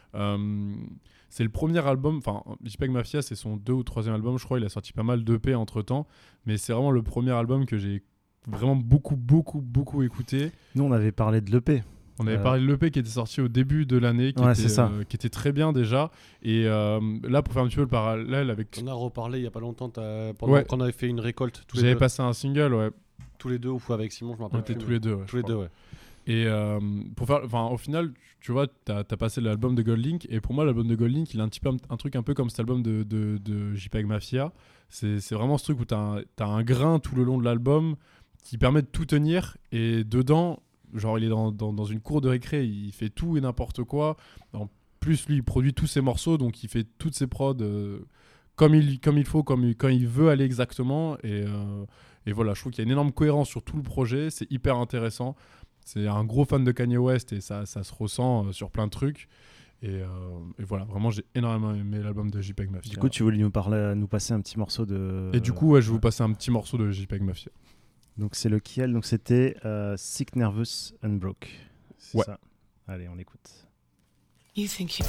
C'est le premier album, enfin JPEG Mafia, c'est son 2 ou 3e album, je crois. Il a sorti pas mal d'EP entre-temps. Mais c'est vraiment le premier album que j'ai vraiment beaucoup écouté. Nous, on avait parlé de l'EP. On avait parlé de l'EP qui était sorti au début de l'année, qui était très bien déjà. Et là, pour faire un petit peu le parallèle avec... On a reparlé il n'y a pas longtemps, pendant qu'on avait fait une récolte. J'avais passé un single, ouais. Tous les deux ou avec Simon, je me rappelle. On était tous les deux, ouais. Tous les deux, ouais. Et au final, tu vois, t'as passé l'album de Goldlink. Et pour moi, l'album de Goldlink, il a un truc un peu comme cet album de JPEG Mafia. C'est vraiment ce truc où t'as un grain tout le long de l'album qui permet de tout tenir. Et dedans... Genre il est dans une cour de récré, il fait tout et n'importe quoi. En plus lui il produit tous ses morceaux, donc il fait toutes ses prods comme il faut, quand il veut aller exactement. Et voilà, je trouve qu'il y a une énorme cohérence sur tout le projet, c'est hyper intéressant. C'est un gros fan de Kanye West et ça se ressent sur plein de trucs. Et voilà, vraiment j'ai énormément aimé l'album de JPEG Mafia. Du coup tu voulais nous passer un petit morceau de... Et du coup ouais, je vais vous passer un petit morceau de JPEG Mafia. Donc c'est lequel? Donc c'était Sick, Nervous and Broke. C'est ça. Allez, on écoute. You think you...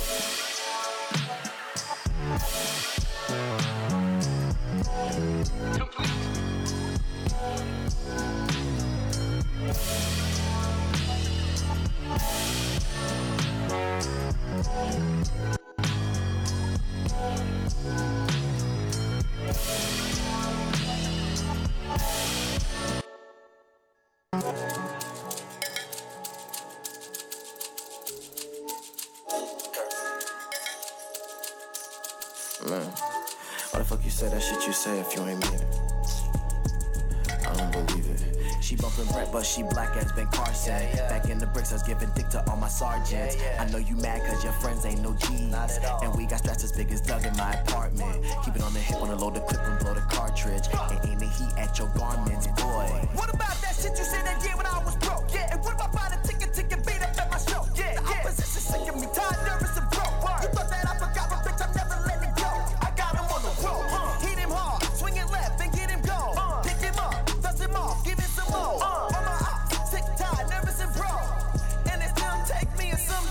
Man, why the fuck you say that shit you say if you ain't mean it? I don't believe it. She bumpin' Brett, but she black as Ben Carson. Back in the bricks, I was giving dick to all my sergeants. I know you mad cause your friends ain't no G's. And we got straps as big as Doug in my apartment. Keep it on the hip, wanna load the clip and blow the cartridge. And aim the heat at your garments, boy. What about that shit you said that year when I was broke? Yeah, and what about buying a ticket beat up at my show? Yeah, the opposition sick of me, tired, nervous and broke. You thought that I forgot, but bitch, I'm never letting go. I got him on the road, hit him hard, swing it left and get him gone. Pick him up, dust him off, give him some more. On my ops, sick, tired, nervous and broke. And it still take me in some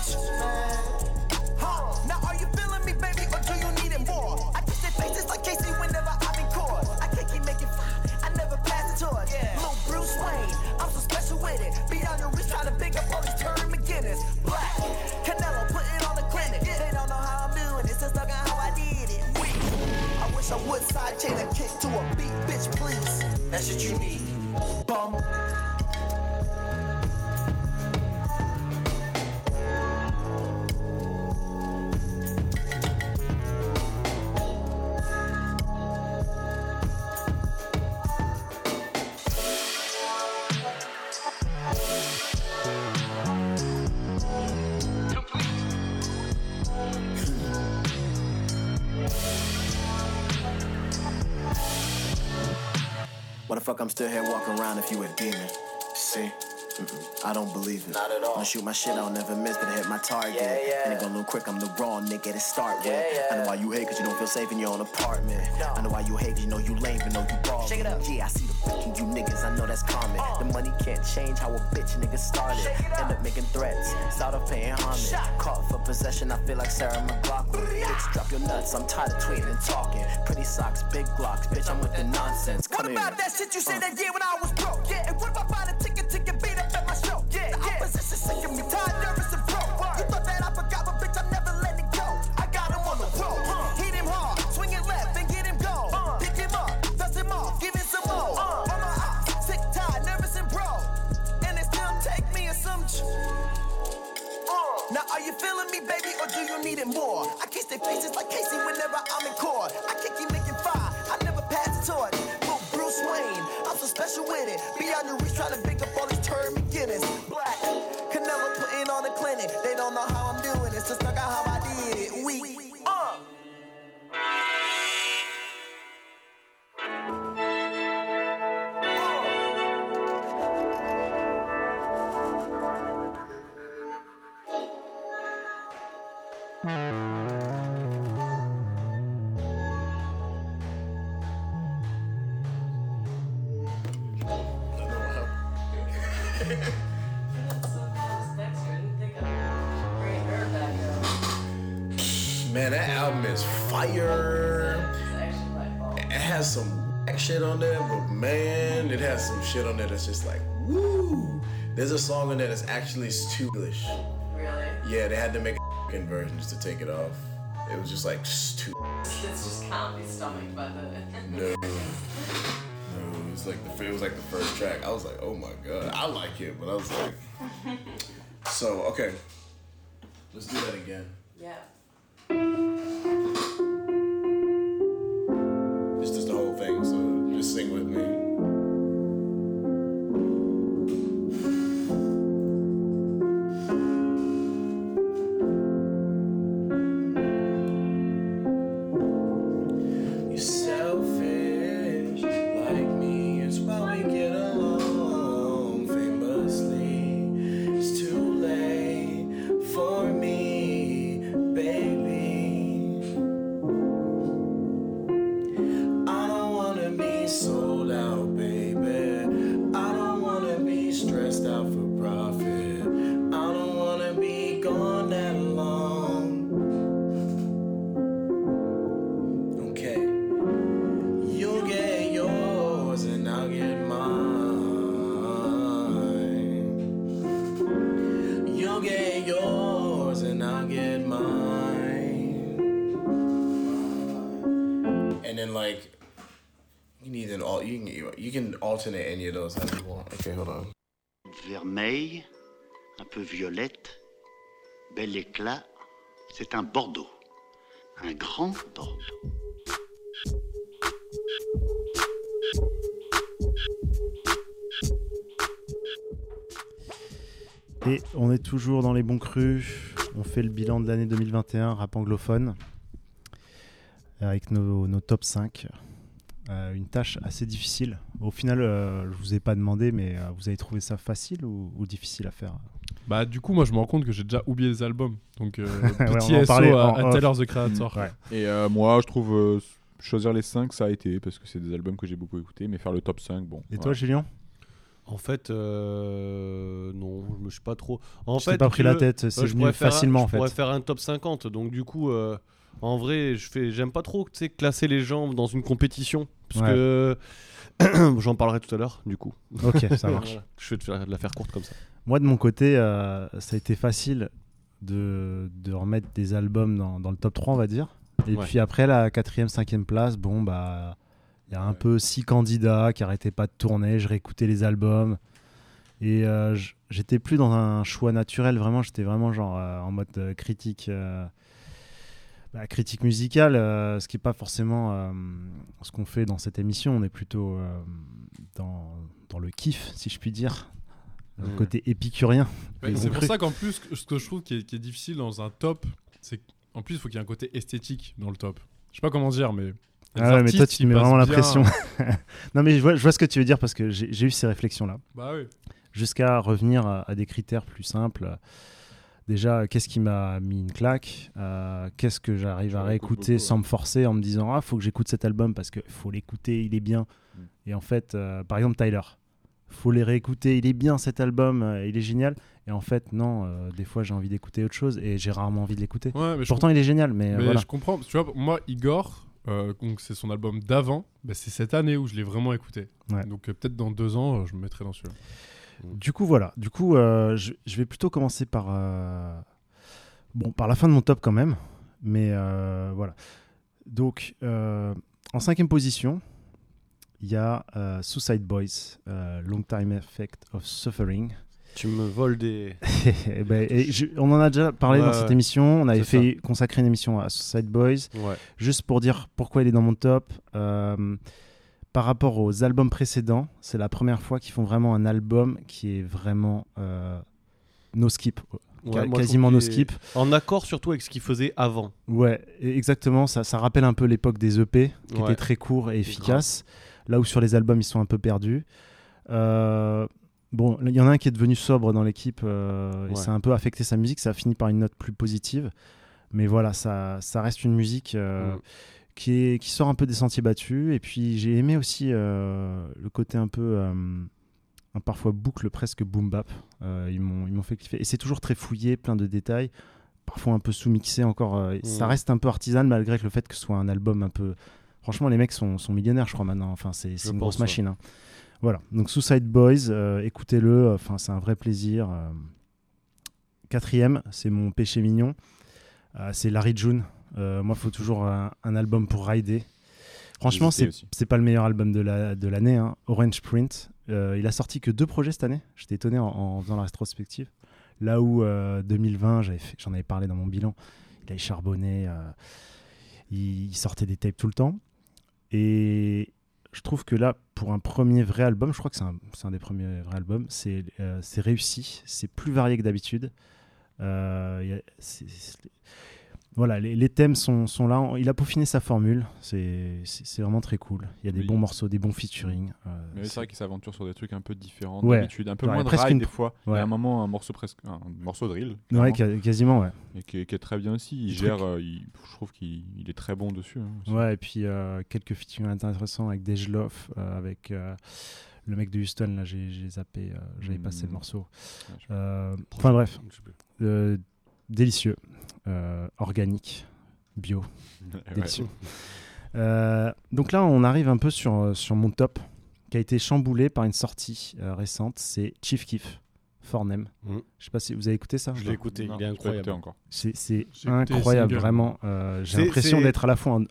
now are you feeling me, baby, or do you need it more? I kiss their faces like Casey whenever I'm in court. I can't keep making fire, I never pass the torch. Lil' Bruce Wayne, I'm so special with it. Beat on your wrist, try to pick up all these Terry McGinnis. Black, Canelo, put it on the clinic. They don't know how I'm doing it, just look at how I did it. Weak, I wish I would side chain a kick to a beat, bitch, please. That's what you need, bum. Why the fuck I'm still here walking around if you a demon? See, I don't believe it. Not at all. When I shoot my shit, I'll never miss, but I hit my target. Yeah. And it gon' look quick, I'm the raw nigga to start with. Yeah. I know why you hate, cause you don't feel safe in your own apartment. No. I know why you hate, cause you know you lame, but know you ballin'. Shake it up. Yeah, I see the bitch in you niggas, I know that's common. The money can't change how a bitch nigga started. End up making threats, start off paying homage. Caught for possession, I feel like Sarah McLachlan. Bitch, drop your nuts, I'm tired of tweeting and talking. Pretty socks, big glocks, bitch, I'm with the nonsense. Come What here. about that shit you said that year when I was broke? Yeah. And what about buying a ticket to get beat up at my show? Yeah. The opposition sick of me, tired, nervous, and broke. You thought that I forgot, but bitch, I'm never letting it go. I got him on the road. Hit him hard, swing it left and get him gone. Pick him up, dust him off, give him some more. On my ops, sick, tired, nervous, and broke. And they still take me as some Now are you feeling me, baby, or do you need it more? I kiss their faces like Casey whenever I'm in court. I can keep making fire, I never pass the torch. But Bruce Wayne, I'm so special with it. Beyond the reach, trying to pick up all these term beginners. Black, Canelo putting on the clinic. They don't know how I'm doing it, so stuck out how I did it. Man, that album is fire. It has some whack shit on there, but man, it has some shit on there that's just like, woo. There's a song on there that's actually English. Really? Yeah, they had to make a version just to take it off. It was just like too. This just can't be stomached by the. No, it was like the first track. I was like, oh my god, I like it, but I was like, so okay, let's do that again. Yeah. This is the whole thing, so just sing with me. You're selfish like me, it's why we get along famously. It's too late for me, baby. I don't wanna be sold out, baby. I don't wanna be stressed out for profit. I don't wanna be gone that long. Okay. You'll get yours and I'll get mine. You'll get yours and I'll get mine. And then like you need an all you can alternate any of those as you want. Okay, hold on. Vermeil, un peu violette, bel éclat, c'est un Bordeaux, un grand Bordeaux. Et on est toujours dans les bons crus. On fait le bilan de l'année 2021, rap anglophone, avec nos top 5. Une tâche assez difficile. Au final, je vous ai pas demandé, mais vous avez trouvé ça facile ou difficile à faire? Bah du coup moi je me rends compte que j'ai déjà oublié les albums, donc petit on en SO parlait à Tyler the Creator. Ouais. Et moi, je trouve choisir les 5, ça a été, parce que c'est des albums que j'ai beaucoup écoutés, mais faire le top 5, bon. Et toi, Julien? En fait, non, je me suis pas trop. Je t'ai pas pris la tête, c'est venu facilement en fait. Je pourrais faire un top 50, donc du coup, en vrai, j'aime pas trop classer les gens dans une compétition, parce que j'en parlerai tout à l'heure, du coup. Ok, ça marche. Voilà. Je vais la faire courte comme ça. Moi, de mon côté, ça a été facile de remettre des albums dans le top 3, on va dire. Et puis après, la 4e, 5e place, bon, bah, il y a un peu 6 candidats qui arrêtaient pas de tourner. Je réécoutais les albums. Et j'étais plus dans un choix naturel, vraiment. J'étais vraiment genre en mode critique. Critique musicale, ce qui n'est pas forcément ce qu'on fait dans cette émission. On est plutôt dans le kiff, si je puis dire. Le côté épicurien. Ouais, c'est pour ça qu'en plus, ce que je trouve qui est difficile dans un top, c'est qu'en plus, il faut qu'il y ait un côté esthétique dans le top. Je sais pas comment dire, mais Les Ah ouais, mais toi, artistes, tu ils mets vraiment la passent pression. bien. Non, mais je vois ce que tu veux dire parce que j'ai eu ces réflexions-là. Bah oui. Jusqu'à revenir à des critères plus simples. Déjà, qu'est-ce qui m'a mis une claque Qu'est-ce que j'arrive à Ça réécouter écoute beaucoup, sans me forcer en me disant faut que j'écoute cet album parce qu'il faut l'écouter, il est bien. Et en fait, par exemple, Tyler, faut les réécouter, il est bien cet album, il est génial. Et en fait, non, des fois j'ai envie d'écouter autre chose et j'ai rarement envie de l'écouter. Ouais, mais Pourtant, il est génial, mais, mais voilà. je comprends. Parce que tu vois, moi, Igor, donc c'est son album d'avant. Bah, c'est cette année où je l'ai vraiment écouté. Ouais. Donc peut-être dans 2 ans, je me mettrai dans celui-là. Du coup, voilà. Du coup, je vais plutôt commencer par la fin de mon top quand même. Mais voilà. Donc, en 5e position, il y a Suicide Boys, Long Time Effect of Suffering. Tu me voles des. On en a déjà parlé dans cette émission. On avait c'est consacré une émission à Suicide Boys. Ouais. Juste pour dire pourquoi il est dans mon top. Par rapport aux albums précédents, c'est la première fois qu'ils font vraiment un album qui est vraiment no skip. Ouais, moi, Quasiment je no trouve qu'il est skip. En accord surtout avec ce qu'il faisait avant. Ouais, exactement. Ça rappelle un peu l'époque des EP qui Ouais. étaient très courts et efficaces. Là où sur les albums, ils sont un peu perdus. Bon, il y en a un qui est devenu sobre dans l'équipe et ça a un peu affecté sa musique. Ça a fini par une note plus positive. Mais voilà, ça reste une musique qui sort un peu des sentiers battus. Et puis j'ai aimé aussi le côté un peu parfois boucle, presque boom bap. Ils m'ont fait kiffer. Et c'est toujours très fouillé, plein de détails. Parfois un peu sous-mixé encore. Ça reste un peu artisan malgré que le fait que ce soit un album un peu... Franchement, les mecs sont millionnaires, je crois, maintenant. Enfin, c'est une grosse machine. Hein. Voilà. Donc Suicide Boys, écoutez-le. Enfin, c'est un vrai plaisir. 4e, c'est mon péché mignon. C'est Larry June. Moi, il faut toujours un album pour rider. Franchement, c'est pas le meilleur album de l'année. Hein. Orange Print. Il a sorti que 2 projets cette année. J'étais étonné en faisant la rétrospective. Là où 2020, j'en avais parlé dans mon bilan, il avait charbonné. Il sortait des tapes tout le temps. Et je trouve que là, pour un premier vrai album, je crois que c'est un des premiers vrais albums, c'est réussi. C'est plus varié que d'habitude. Voilà, les thèmes sont là. Il a peaufiné sa formule. C'est vraiment très cool. Il y a des bons morceaux, des bons featuring. Mais c'est vrai qu'il s'aventure sur des trucs un peu différents Ouais. d'habitude, un peu Genre, moins de presque ride une- des fois. Ouais. Il y a un moment un morceau drill. Ouais, clairement, quasiment, ouais. et qui est très bien aussi. Il Des gère, trucs. je trouve qu'il est très bon dessus. Hein, aussi. Ouais, et puis quelques featuring intéressants avec Dej Loaf, avec le mec de Houston, là, j'ai zappé, j'avais passé le morceau. Enfin bref, délicieux, organique, bio, délicieux. Donc là, on arrive un peu sur mon top, qui a été chamboulé par une sortie récente, c'est Chief Keef, For Them. Je sais pas si vous avez écouté ça. Je l'ai écouté, il est incroyable. Encore. C'est J'ai écouté incroyable, single. vraiment. J'ai l'impression d'être à la fois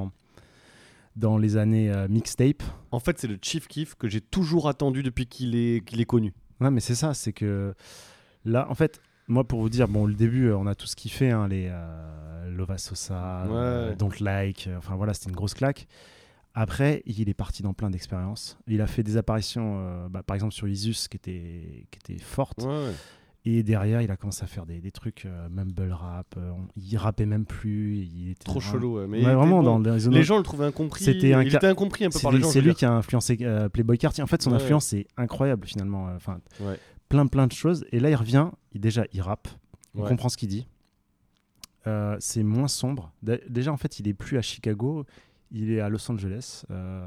dans les années mixtape. En fait, c'est le Chief Keef que j'ai toujours attendu depuis qu'il est connu. Ouais, mais c'est ça, c'est que là, en fait, moi, pour vous dire, bon, le début, on a tous kiffé, hein, les Lova Sosa, Don't Like, enfin voilà, c'était une grosse claque. Après, il est parti dans plein d'expériences. Il a fait des apparitions, par exemple sur Isus, qui étaient fortes. Ouais. Et derrière, il a commencé à faire des trucs mumble rap. Il rappait même plus. Il était Trop vraiment- chelou, ouais. Mais Ouais, il était vraiment, bon. dans les zones- Les gens le trouvaient incompris. Il Il était incompris un peu par les gens. C'est je veux lui dire. qui a influencé Playboy Carti. En fait, son Ouais. influence est incroyable finalement. Enfin, Ouais. plein de choses. Et là, il revient. Il rappe. On Ouais. comprend ce qu'il dit. C'est moins sombre. Déjà, en fait, il est plus à Chicago. Il est à Los Angeles.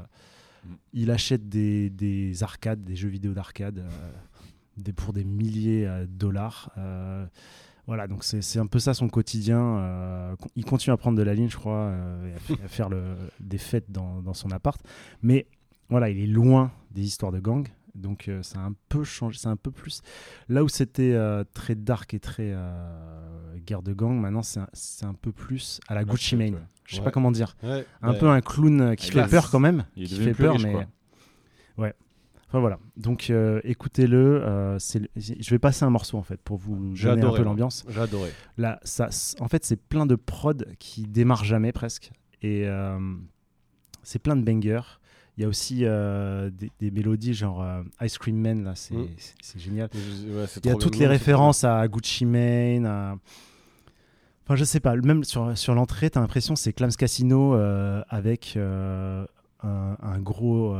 Il achète des arcades, des jeux vidéo d'arcade pour des milliers de dollars. Voilà, donc c'est un peu ça son quotidien. Il continue à prendre de la ligne, je crois, et à faire des fêtes dans son appart. Mais voilà, il est loin des histoires de gang. Donc ça a un peu changé, c'est un peu plus... Là où c'était très dark et très guerre de gang, maintenant c'est un peu plus à la Gucci Mane. ouais. Je sais pas comment dire. Ouais. Un peu un clown qui fait classe. peur quand même. Il est Qui devenu fait plus peur, riche, mais... quoi. Ouais. Enfin voilà. Donc écoutez-le. Je vais passer un morceau en fait pour vous J'ai donner un adoré, peu moi. l'ambiance. J'ai adoré. Là, en fait, c'est plein de prod qui démarrent jamais presque. Et c'est plein de bangers. Il y a aussi des mélodies genre Ice Cream Man, là, c'est génial. Ouais, c'est Il y a trop toutes bien. les Non, c'est références à Gucci Mane. Enfin, je sais pas, même sur l'entrée, t'as l'impression que c'est Clams Casino avec un gros.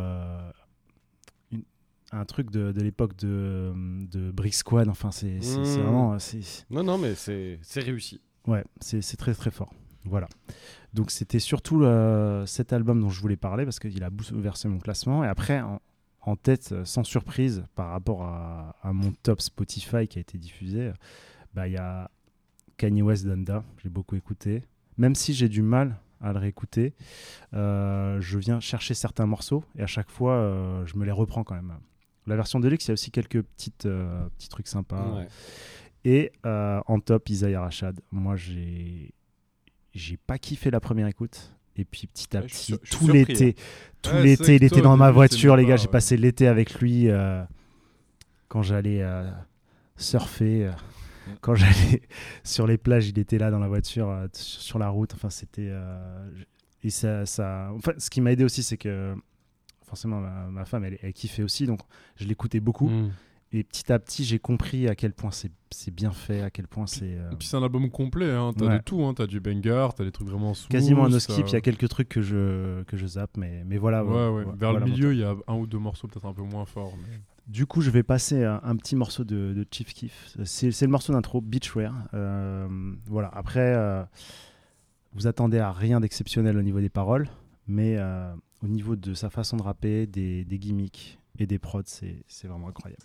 Un truc de l'époque de Brick Squad. Enfin, c'est vraiment. Non, mais c'est réussi. Ouais, c'est très très fort. Voilà. Donc, c'était surtout cet album dont je voulais parler parce qu'il a bouleversé mon classement. Et après, en tête, sans surprise, par rapport à mon top Spotify qui a été diffusé, il y a Kanye West Donda. J'ai beaucoup écouté. Même si j'ai du mal à le réécouter, je viens chercher certains morceaux et à chaque fois, je me les reprends quand même. La version Deluxe, il y a aussi quelques petits trucs sympas. Ouais. Et en top, Isaiah Rashad. Moi, j'ai pas kiffé la première écoute. Et puis petit à petit, tout l'été, il était dans ma voiture, les gars. J'ai passé l'été avec lui quand j'allais surfer. Quand j'allais sur les plages, il était là dans la voiture, sur la route. Enfin, c'était. Et ça... Enfin, ce qui m'a aidé aussi, c'est que forcément, ma femme, elle kiffait aussi. Donc, je l'écoutais beaucoup. Et petit à petit, j'ai compris à quel point c'est bien fait, à quel point c'est... Et puis c'est un album complet, hein. T'as de tout, hein. T'as du banger, t'as des trucs vraiment smooth. Quasiment un no-skip, il y a quelques trucs que je zappe, mais voilà. Vers le milieu, il y a un ou deux morceaux peut-être un peu moins forts. Mais... Du coup, je vais passer un petit morceau de Chief Keef. C'est le morceau d'intro, Beachwear. Voilà, après, vous attendez à rien d'exceptionnel au niveau des paroles, mais au niveau de sa façon de rapper, des gimmicks et des prods, c'est vraiment incroyable.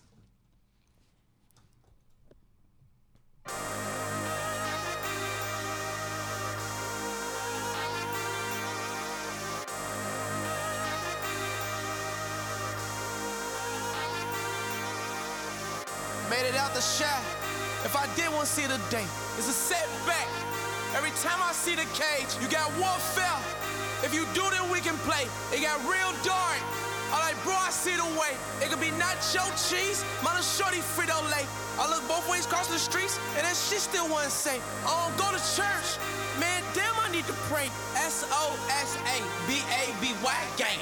Made it out the shot. If I did want to see the day, it's a setback. Every time I see the cage, you got warfare. If you do, then we can play. It got real dark. I like, bro, I see the way. It could be nacho cheese, mine a shorty Frito-Lay. I look both ways across the streets, and that shit still wasn't safe. I don't go to church, man, damn, I need to pray. SOSABABY gang.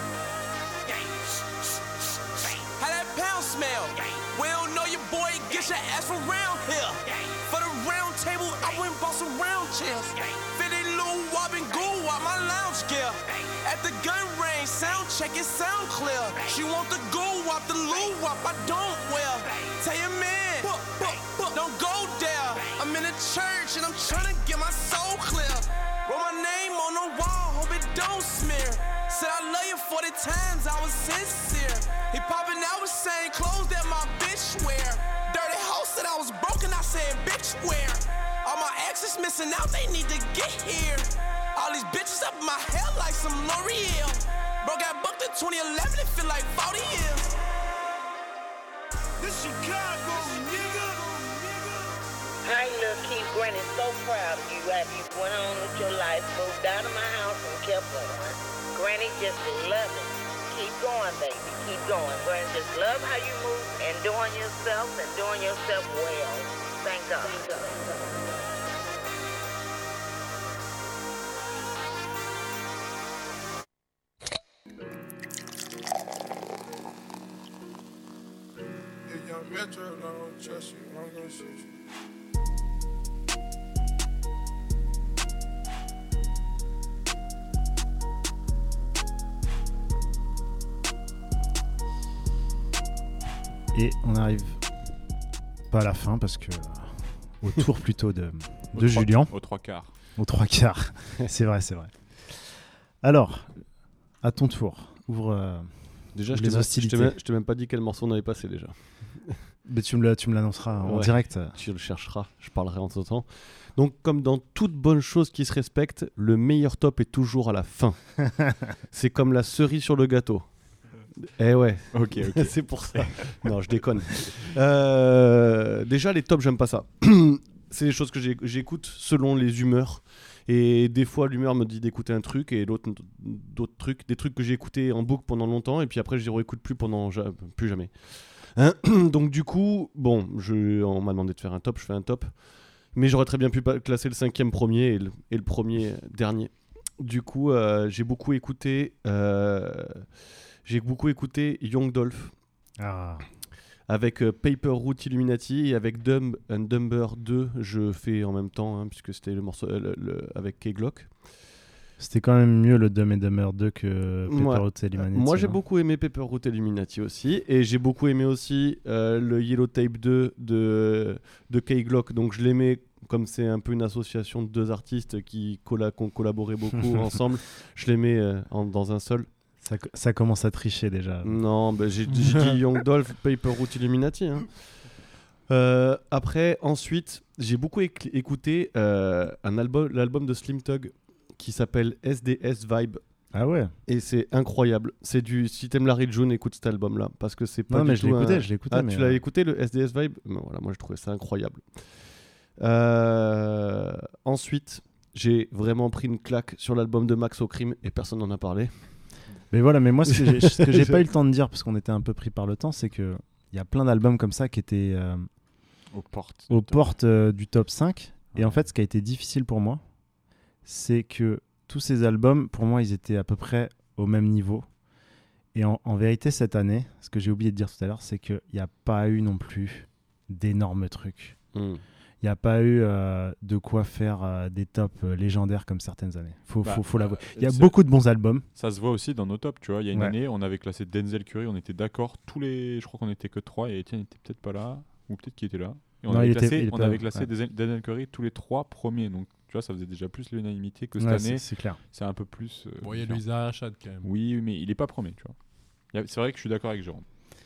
How that pound smell? We don't know your boy, get your ass from round here. For the round table, I went and bought some round chairs. 50 Lou Wop and Goo Wop, my lounge gear. At the gun range, sound check it, sound clear. She want the Goo Wop, the Lou Wop, I don't wear. Tell your man, don't go there. I'm in the church and I'm trying to get my soul clear. Wrote my name on the wall, hope it don't smear. Said I love you 40 times, I was sincere. He popping out with same clothes that my bitch wear. Dirty hoe said I was broken, I said bitch wear. All my exes missing out, they need to get here. All these bitches up in my hair like some L'Oreal. Bro got booked in 2011, it feel like 40 years. This Chicago, nigga. Hi, Lil Keith, Granny, so proud of you. After you went on with your life, moved out of my house and kept going. Granny just love it. Keep going, baby. Keep going. Granny just love how you move and doing yourself well. Thank God. If young Metro don't trust you, I'm gonna shoot you. Et on arrive pas à la fin parce que au tour plutôt de Julien. Aux trois quarts. Aux trois quarts. C'est vrai. Alors, à ton tour, ouvre déjà, les hostilités. Je t'ai même pas dit quel morceau on avait passé déjà. Mais tu me l'annonceras en direct. Tu le chercheras, je parlerai en ce temps. Donc, comme dans toute bonne chose qui se respecte, le meilleur top est toujours à la fin. C'est comme la cerise sur le gâteau. Eh ouais, ok. C'est pour ça. Non, je déconne. Déjà, les tops, j'aime pas ça. C'est des choses que j'écoute selon les humeurs. Et des fois, l'humeur me dit d'écouter un truc et d'autres trucs, des trucs que j'ai écoutés en boucle pendant longtemps et puis après, je les réécoute plus jamais. Donc du coup, bon, on m'a demandé de faire un top, je fais un top. Mais j'aurais très bien pu classer le 5e premier et le premier dernier. Du coup, j'ai beaucoup écouté Young Dolph. Avec Paper Route Illuminati et avec Dumb and Dumber 2, je fais en même temps, hein, puisque c'était le morceau avec K-Glock. C'était quand même mieux le Dumb and Dumber 2 que Paper Ouais. Route Illuminati. Moi j'ai non beaucoup aimé Paper Route Illuminati aussi, et j'ai beaucoup aimé aussi le Yellow Tape 2 de K-Glock, donc je l'aimais comme c'est un peu une association de deux artistes qui ont collaboré beaucoup ensemble, je l'aimais dans un seul. Ça commence à tricher déjà. Non, bah, j'ai dit Young Dolph, Paper Route Illuminati. Hein. Après, ensuite, j'ai beaucoup écouté l'album de Slim Tug qui s'appelle SDS Vibe. Ah ouais. Et c'est incroyable. C'est si t'aimes Larry June, écoute cet album-là parce que c'est pas. Non, du mais tout je l'ai écouté. Ah, mais tu l'as écouté le SDS Vibe? Ben voilà, moi je trouvais ça incroyable. Ensuite, j'ai vraiment pris une claque sur l'album de Max O'Crim et personne n'en a parlé. Mais voilà, mais moi ce que j'ai pas eu le temps de dire parce qu'on était un peu pris par le temps, c'est que il y a plein d'albums comme ça qui étaient aux portes du top 5. Et en fait, ce qui a été difficile pour moi, c'est que tous ces albums, pour moi, ils étaient à peu près au même niveau. Et en vérité, cette année, ce que j'ai oublié de dire tout à l'heure, c'est qu'il n'y a pas eu non plus d'énormes trucs. Il n'y a pas eu de quoi faire des tops légendaires comme certaines années. Faut l'avouer. Il y a beaucoup de bons albums. Ça se voit aussi dans nos tops, tu vois. Il y a une Ouais. année, on avait classé Denzel Curry, on était d'accord. Je crois qu'on était que 3 et Etienne n'était peut-être pas là, ou peut-être qu'il était là. Et on Non, avait il classé, était on pas- avait classé ouais. Denzel Curry tous les 3 premiers. Donc, tu vois, ça faisait déjà plus l'unanimité que cette Ouais, année. c'est clair. C'est un peu plus. Bon, il y a différent. Louisa Rachad quand même. Oui, mais il est pas premier, tu vois. C'est vrai que je suis d'accord avec Jérôme.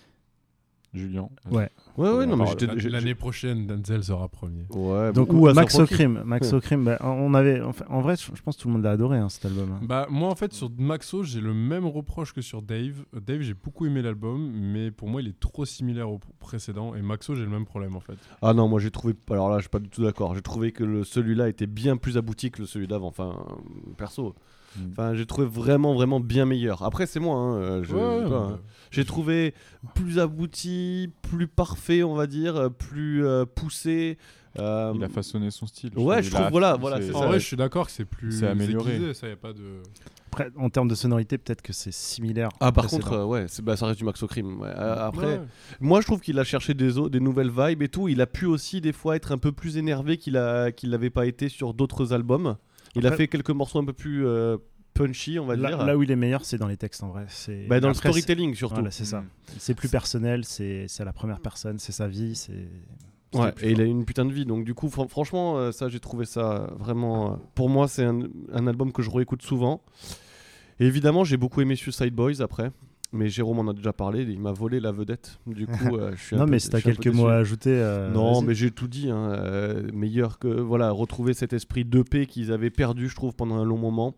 Julien. Ouais. Ouais, non, mais L'année prochaine, Denzel sera premier. Ouais, Donc ou Max Asaf Rocky. O'Crim, bah, on avait, en vrai, je pense que tout le monde l'a adoré, hein, cet album. Bah moi en fait sur Maxo j'ai le même reproche que sur Dave. Dave j'ai beaucoup aimé l'album mais pour moi il est trop similaire au précédent et Maxo j'ai le même problème en fait. Ah non, moi j'ai trouvé. Alors là, je suis pas du tout d'accord. J'ai trouvé que celui-là était bien plus abouti que celui d'avant. Enfin, perso. Enfin, j'ai trouvé vraiment bien meilleur. Après, c'est moi. Hein, je Ouais, sais pas, hein. J'ai trouvé plus abouti, plus parfait, on va dire, plus poussé. Il a façonné son style. Ouais, je trouve. Voilà, c'est En ça. vrai, je suis d'accord que c'est plus c'est amélioré. aiguisé, ça y a pas de. Après, en termes de sonorité, peut-être que c'est similaire. Ah, par précédent. contre, ouais, ça reste du Max O'Crim. Ouais. Après, Ouais. moi, je trouve qu'il a cherché des nouvelles vibes et tout. Il a pu aussi, des fois, être un peu plus énervé qu'il l'avait pas été sur d'autres albums. Il a Après- fait quelques morceaux un peu plus punchy, on va dire. Là où il est meilleur, c'est dans les textes en vrai. Bah, dans le Après, storytelling, surtout. Voilà, c'est ça. C'est plus personnel, c'est à la première personne, c'est sa vie, c'est. Ouais, et il a une putain de vie. Donc, du coup, franchement, ça, j'ai trouvé ça vraiment. Pour moi, c'est un album que je réécoute souvent. Et évidemment, j'ai beaucoup aimé Suicide Boys après. Mais Jérôme en a déjà parlé, il m'a volé la vedette. Du coup, je suis Non, un peu, mais si t'as je suis un peu quelques mots déçu. à ajouter. Non, vas-y. mais j'ai tout dit. Hein. Meilleur que. Voilà, retrouver cet esprit d'EP qu'ils avaient perdu, je trouve, pendant un long moment.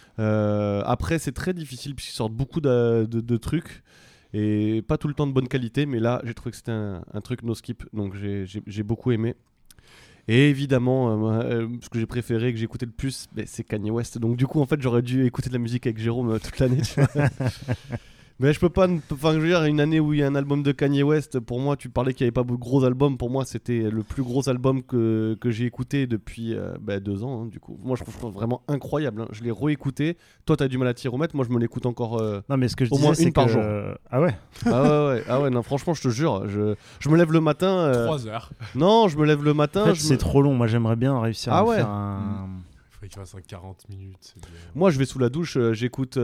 Après, c'est très difficile puisqu'ils sortent beaucoup de trucs et pas tout le temps de bonne qualité. Mais là, j'ai trouvé que c'était un truc no skip. Donc, j'ai beaucoup aimé. Et évidemment, ce que j'ai préféré, que j'ai écouté le plus, c'est Kanye West. Donc, du coup, en fait, j'aurais dû écouter de la musique avec Jérôme toute l'année. Tu vois. Mais je peux pas. Enfin, je veux dire, une année où il y a un album de Kanye West, pour moi, tu parlais qu'il n'y avait pas de gros albums. Pour moi, c'était le plus gros album que j'ai écouté depuis 2 ans. Hein, du coup, moi, je trouve vraiment incroyable. Hein. Je l'ai réécouté. Toi, t'as du mal à t'y remettre. Moi, je me l'écoute encore. Non, mais ce que je au disais, moins c'est une par que- jour. Ah ouais. Ah ouais. Non, franchement, je te jure. Je me lève le matin. 3 heures. Non, je me lève le matin. En fait, c'est trop long. Moi, j'aimerais bien réussir Ah à ouais. faire un. Il faudrait qu'il fasse un 40 minutes. c'est bien. Moi, je vais sous la douche, j'écoute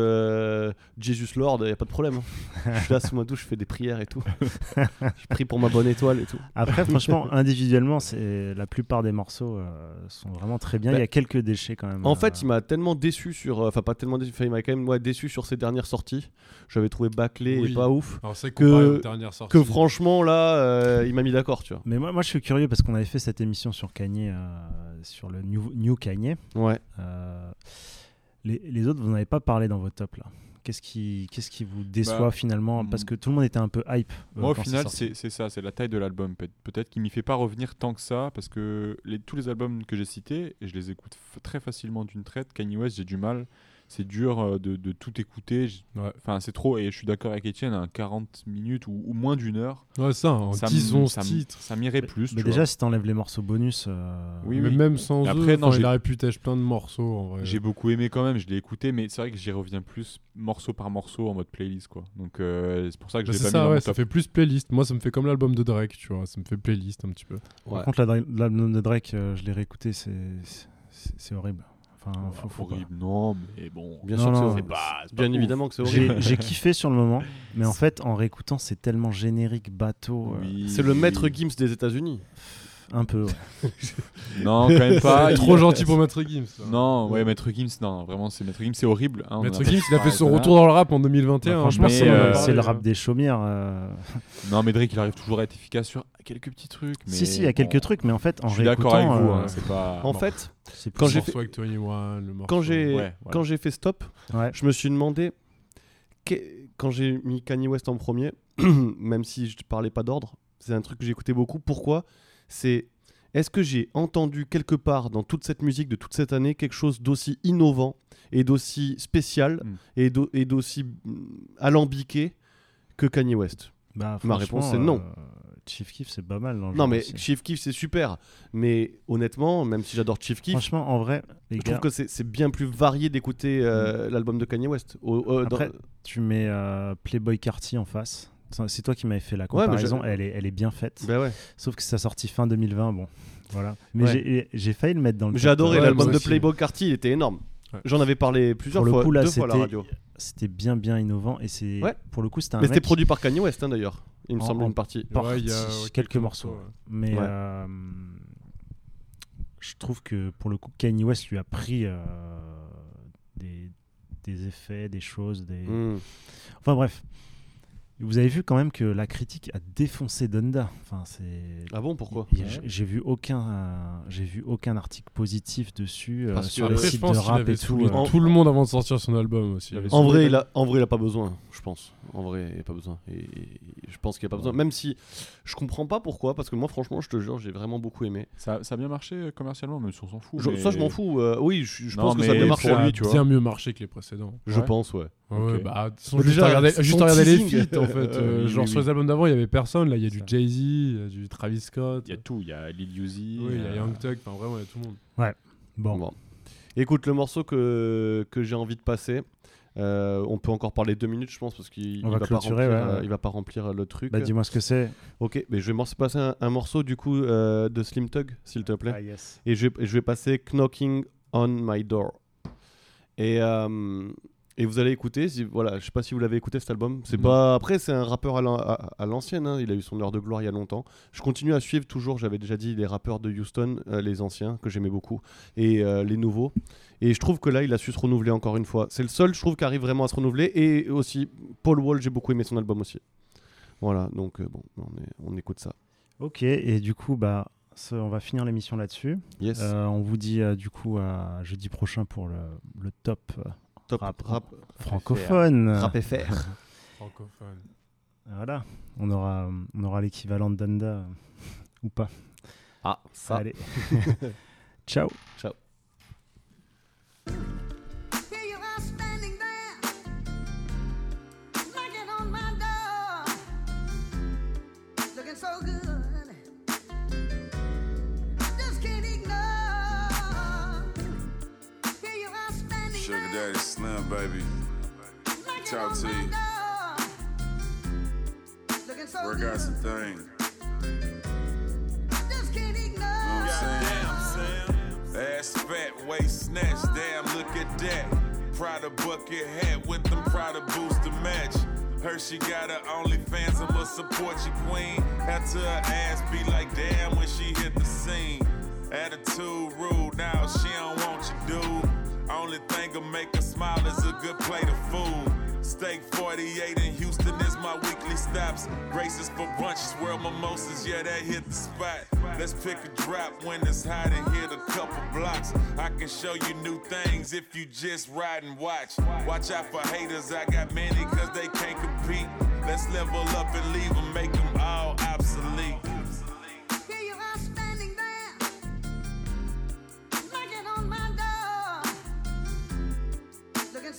Jesus Lord, y a pas de problème. Hein. Je suis là sous ma douche, je fais des prières et tout. Je prie pour ma bonne étoile et tout. Après, franchement, individuellement, la plupart des morceaux sont vraiment très bien. Bah, Il y a quelques déchets quand même. En fait, il m'a tellement déçu sur. Enfin, pas tellement déçu, il m'a quand même déçu sur ses dernières sorties. J'avais trouvé bâclé Oui. et pas ouf. Alors, c'est comparé aux Que, dernières sorties. que franchement, là, il m'a mis d'accord, tu vois. Mais moi, je suis curieux parce qu'on avait fait cette émission sur Kanye, sur le New Kanye. Ouais. Les autres, vous n'en avez pas parlé dans vos tops là. Qu'est-ce qui vous déçoit finalement? Parce que tout le monde était un peu hype. Moi, au quand final, sorti. c'est ça, c'est la taille de l'album. Peut-être qu'il m'y fait pas revenir tant que ça, parce que tous les albums que j'ai cités, et je les écoute très facilement d'une traite. Kanye West, j'ai du mal. c'est dur de tout écouter. Ouais. Enfin, c'est trop. Et je suis d'accord avec Étienne, à 40 minutes ou moins d'une heure. Ouais, ça, en Ça 10, m- 11 ça m- titres. Ça m'irait plus. Mais tu déjà, vois. si t'enlèves les morceaux bonus. Oui, Mais oui. même sans Mais eux, après, non, enfin, il j'ai- aurait pu tâcher plein de morceaux en vrai. J'ai beaucoup aimé quand même, je l'ai écouté, mais c'est vrai que j'y reviens plus morceau par morceau en mode playlist, quoi. Donc c'est pour ça que Bah, je l'ai c'est pas mis ça, dans ouais, mon ça top. fait plus playlist. Moi, ça me fait comme l'album de Drake, tu vois. Ça me fait playlist un petit peu. Par contre, l'album de Drake, je l'ai réécouté, c'est horrible. Enfin, faut pas. Horrible, non, mais bon. Bien Non, sûr que non, c'est c'est horrible. Bien évidemment que c'est horrible. J'ai kiffé sur le moment, mais en fait, en réécoutant, c'est tellement générique, bateau. C'est le maître Gims des États-Unis. Un peu, ouais. Non, quand même pas. Trop gentil pour Maître Gims. ça. Non, ouais, Maître Gims, non, vraiment, c'est Maître Gims, c'est horrible. Hein, on Maître en a Gims, il a pas fait son parlé, retour dans le rap en 2021. Bah, franchement, mais, c'est le hein. rap des chaumières. Non, mais Drake, il arrive toujours à être efficace sur quelques petits trucs. Mais Si, il y a quelques bon, trucs, mais en fait, en je suis d'accord réécoutant, avec vous. Hein, c'est pas. En bon. fait, c'est quand plus- j'ai Le morceau avec 21, le morceau. quand j'ai Ouais, voilà. quand j'ai fait stop, Ouais. je me suis demandé quand j'ai mis Kanye West en premier, même si je ne parlais pas d'ordre, c'est un truc que j'écoutais beaucoup. Pourquoi ? Est-ce que j'ai entendu quelque part dans toute cette musique de toute cette année quelque chose d'aussi innovant et d'aussi spécial et d'aussi alambiqué que Kanye West ? Bah, Ma franchement, réponse c'est non. Chief Keef, c'est pas mal. dans le Non genre mais aussi. Chief Keef c'est super, mais honnêtement, même si j'adore Chief Keef, Franchement, en vrai, les je gars, trouve que c'est bien plus varié d'écouter l'album de Kanye West. après, tu mets Playboy Carti en face. C'est toi qui m'avais fait la Ouais, mais comparaison. Elle est bien faite. Bah ouais. Sauf que ça sorti fin 2020. Bon, voilà. Mais Ouais. j'ai failli le mettre dans le. J'ai top. adoré Ouais, l'album moi de aussi. Playboy Carti, il était énorme. Ouais. J'en avais parlé plusieurs Pour le fois, coup, là, 2 fois à la c'était radio. c'était bien innovant et c'est Ouais. pour le coup c'était un Mais c'était mec produit par Kanye West hein, d'ailleurs. Il me En- semble en- une partie. partie, Ouais, il y a, ouais, quelques morceaux. ouais. Mais Ouais. je trouve que pour le coup Kanye West lui a pris des effets, des choses, enfin bref. Vous avez vu quand même que la critique a défoncé Donda. Enfin, c'est. Ah bon, pourquoi ? J'ai vu aucun article positif dessus Parce sur que- les Après, je sites pense de qu'il rap avait et tout. saoulé tout le monde avant de sortir son album aussi. En vrai, il a pas besoin, je pense. En vrai, il n'y a pas besoin. Et je pense qu'il n'y a pas besoin. Même si je comprends pas pourquoi, parce que moi, franchement, je te jure, j'ai vraiment beaucoup aimé. Ça a bien marché commercialement, même si on s'en fout. Ça, je m'en fous. Oui, je Non, pense que ça a mais bien pour marché. lui, Ça a tu vois. bien mieux marché que les précédents. Je Ouais. pense, ouais. Ouais, Ok. bah, de toute façon, Bah, juste déjà, à regarder, son juste à regarder les teasing. feats en fait. Oui, Genre oui, sur oui. les albums d'avant, il y avait personne. Là, il y a du Ça. Jay-Z, il y a du Travis Scott. Il y a tout, il y a Lil Uzi. Oui, il y a Young Thug. Enfin, vraiment, il y a tout le monde. Bon. Écoute, le morceau que j'ai envie de passer, on peut encore parler 2 minutes, je pense, parce qu'il On va va pas clôturer, remplir, ouais. il va pas remplir le truc. Bah dis-moi ce que c'est. Ok, mais je vais passer un morceau du coup de Slim Thug, s'il te plaît. Ah, yes. Et je vais passer Knocking on My Door. Et vous allez écouter, voilà, je sais pas si vous l'avez écouté cet album. C'est pas, après, c'est un rappeur à l'ancienne, hein, il a eu son heure de gloire il y a longtemps. Je continue à suivre toujours, j'avais déjà dit, les rappeurs de Houston, les anciens, que j'aimais beaucoup, et les nouveaux. Et je trouve que là, il a su se renouveler encore une fois. C'est le seul, je trouve, qui arrive vraiment à se renouveler. Et aussi, Paul Wall, j'ai beaucoup aimé son album aussi. Voilà, donc bon, on écoute ça. Ok, et du coup, bah, on va finir l'émission là-dessus. Yes. On vous dit du coup à jeudi prochain pour le top rap francophone. Rap FR. Francophone. Voilà, on aura l'équivalent de Donda ou pas. Ah, ça. Allez. Ciao. Ciao. Here you are standing there, knocking on my door, looking so good, just can't ignore. Here you are standing Sugar there, Daddy Slim, baby. knocking Talk on to my you. door, looking so Work good, out some things. just can't Know what I'm ignore. saying? Ass fat, waist snatch. Damn, look at that. Prada bucket hat with them Prada boots to match. Her, she got her OnlyFans, I'ma support your queen. Had to her ass be like, damn, when she hit the scene. Attitude rude, now she don't want you, dude. Only thing'll make her smile is a good plate of food. Steak 48 in Houston is my weekly stops. Graces for brunches, world mimosas, yeah, that hit the spot. Let's pick a drop when it's hot and hit a couple blocks. I can show you new things if you just ride and watch. Watch out for haters, I got many cause they can't compete. Let's level up and leave them, make them all obsolete. Here you are standing there, knocking on my door, looking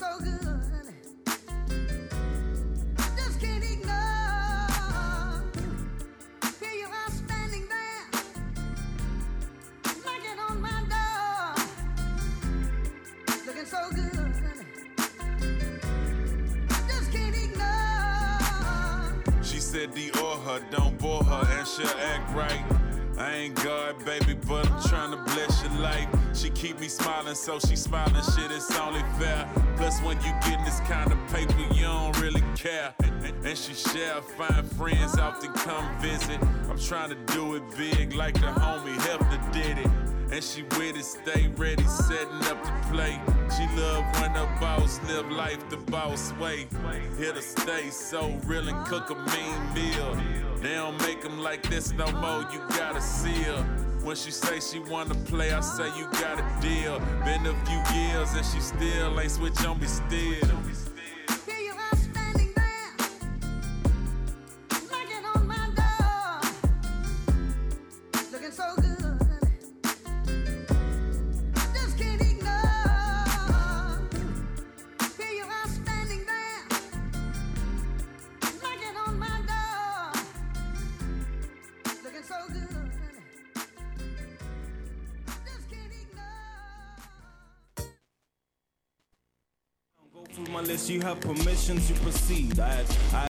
she'll act right. I ain't God, baby, but I'm trying to bless your life. She keep me smiling, so she smiling, shit, it's only fair. Plus, when you getting this kind of paper, you don't really care. And she share, fine friends often come visit. I'm trying to do it big like the homie Hefner did it. And she with it, stay ready, setting up the plate. She love when the boss live life the boss way. Here to stay, so real and cook a mean meal. They don't make them like this no more, you gotta see her. When she say she wanna play, I say you got a deal. Been a few years and she still ain't switch on me still. Unless you have permission to proceed. I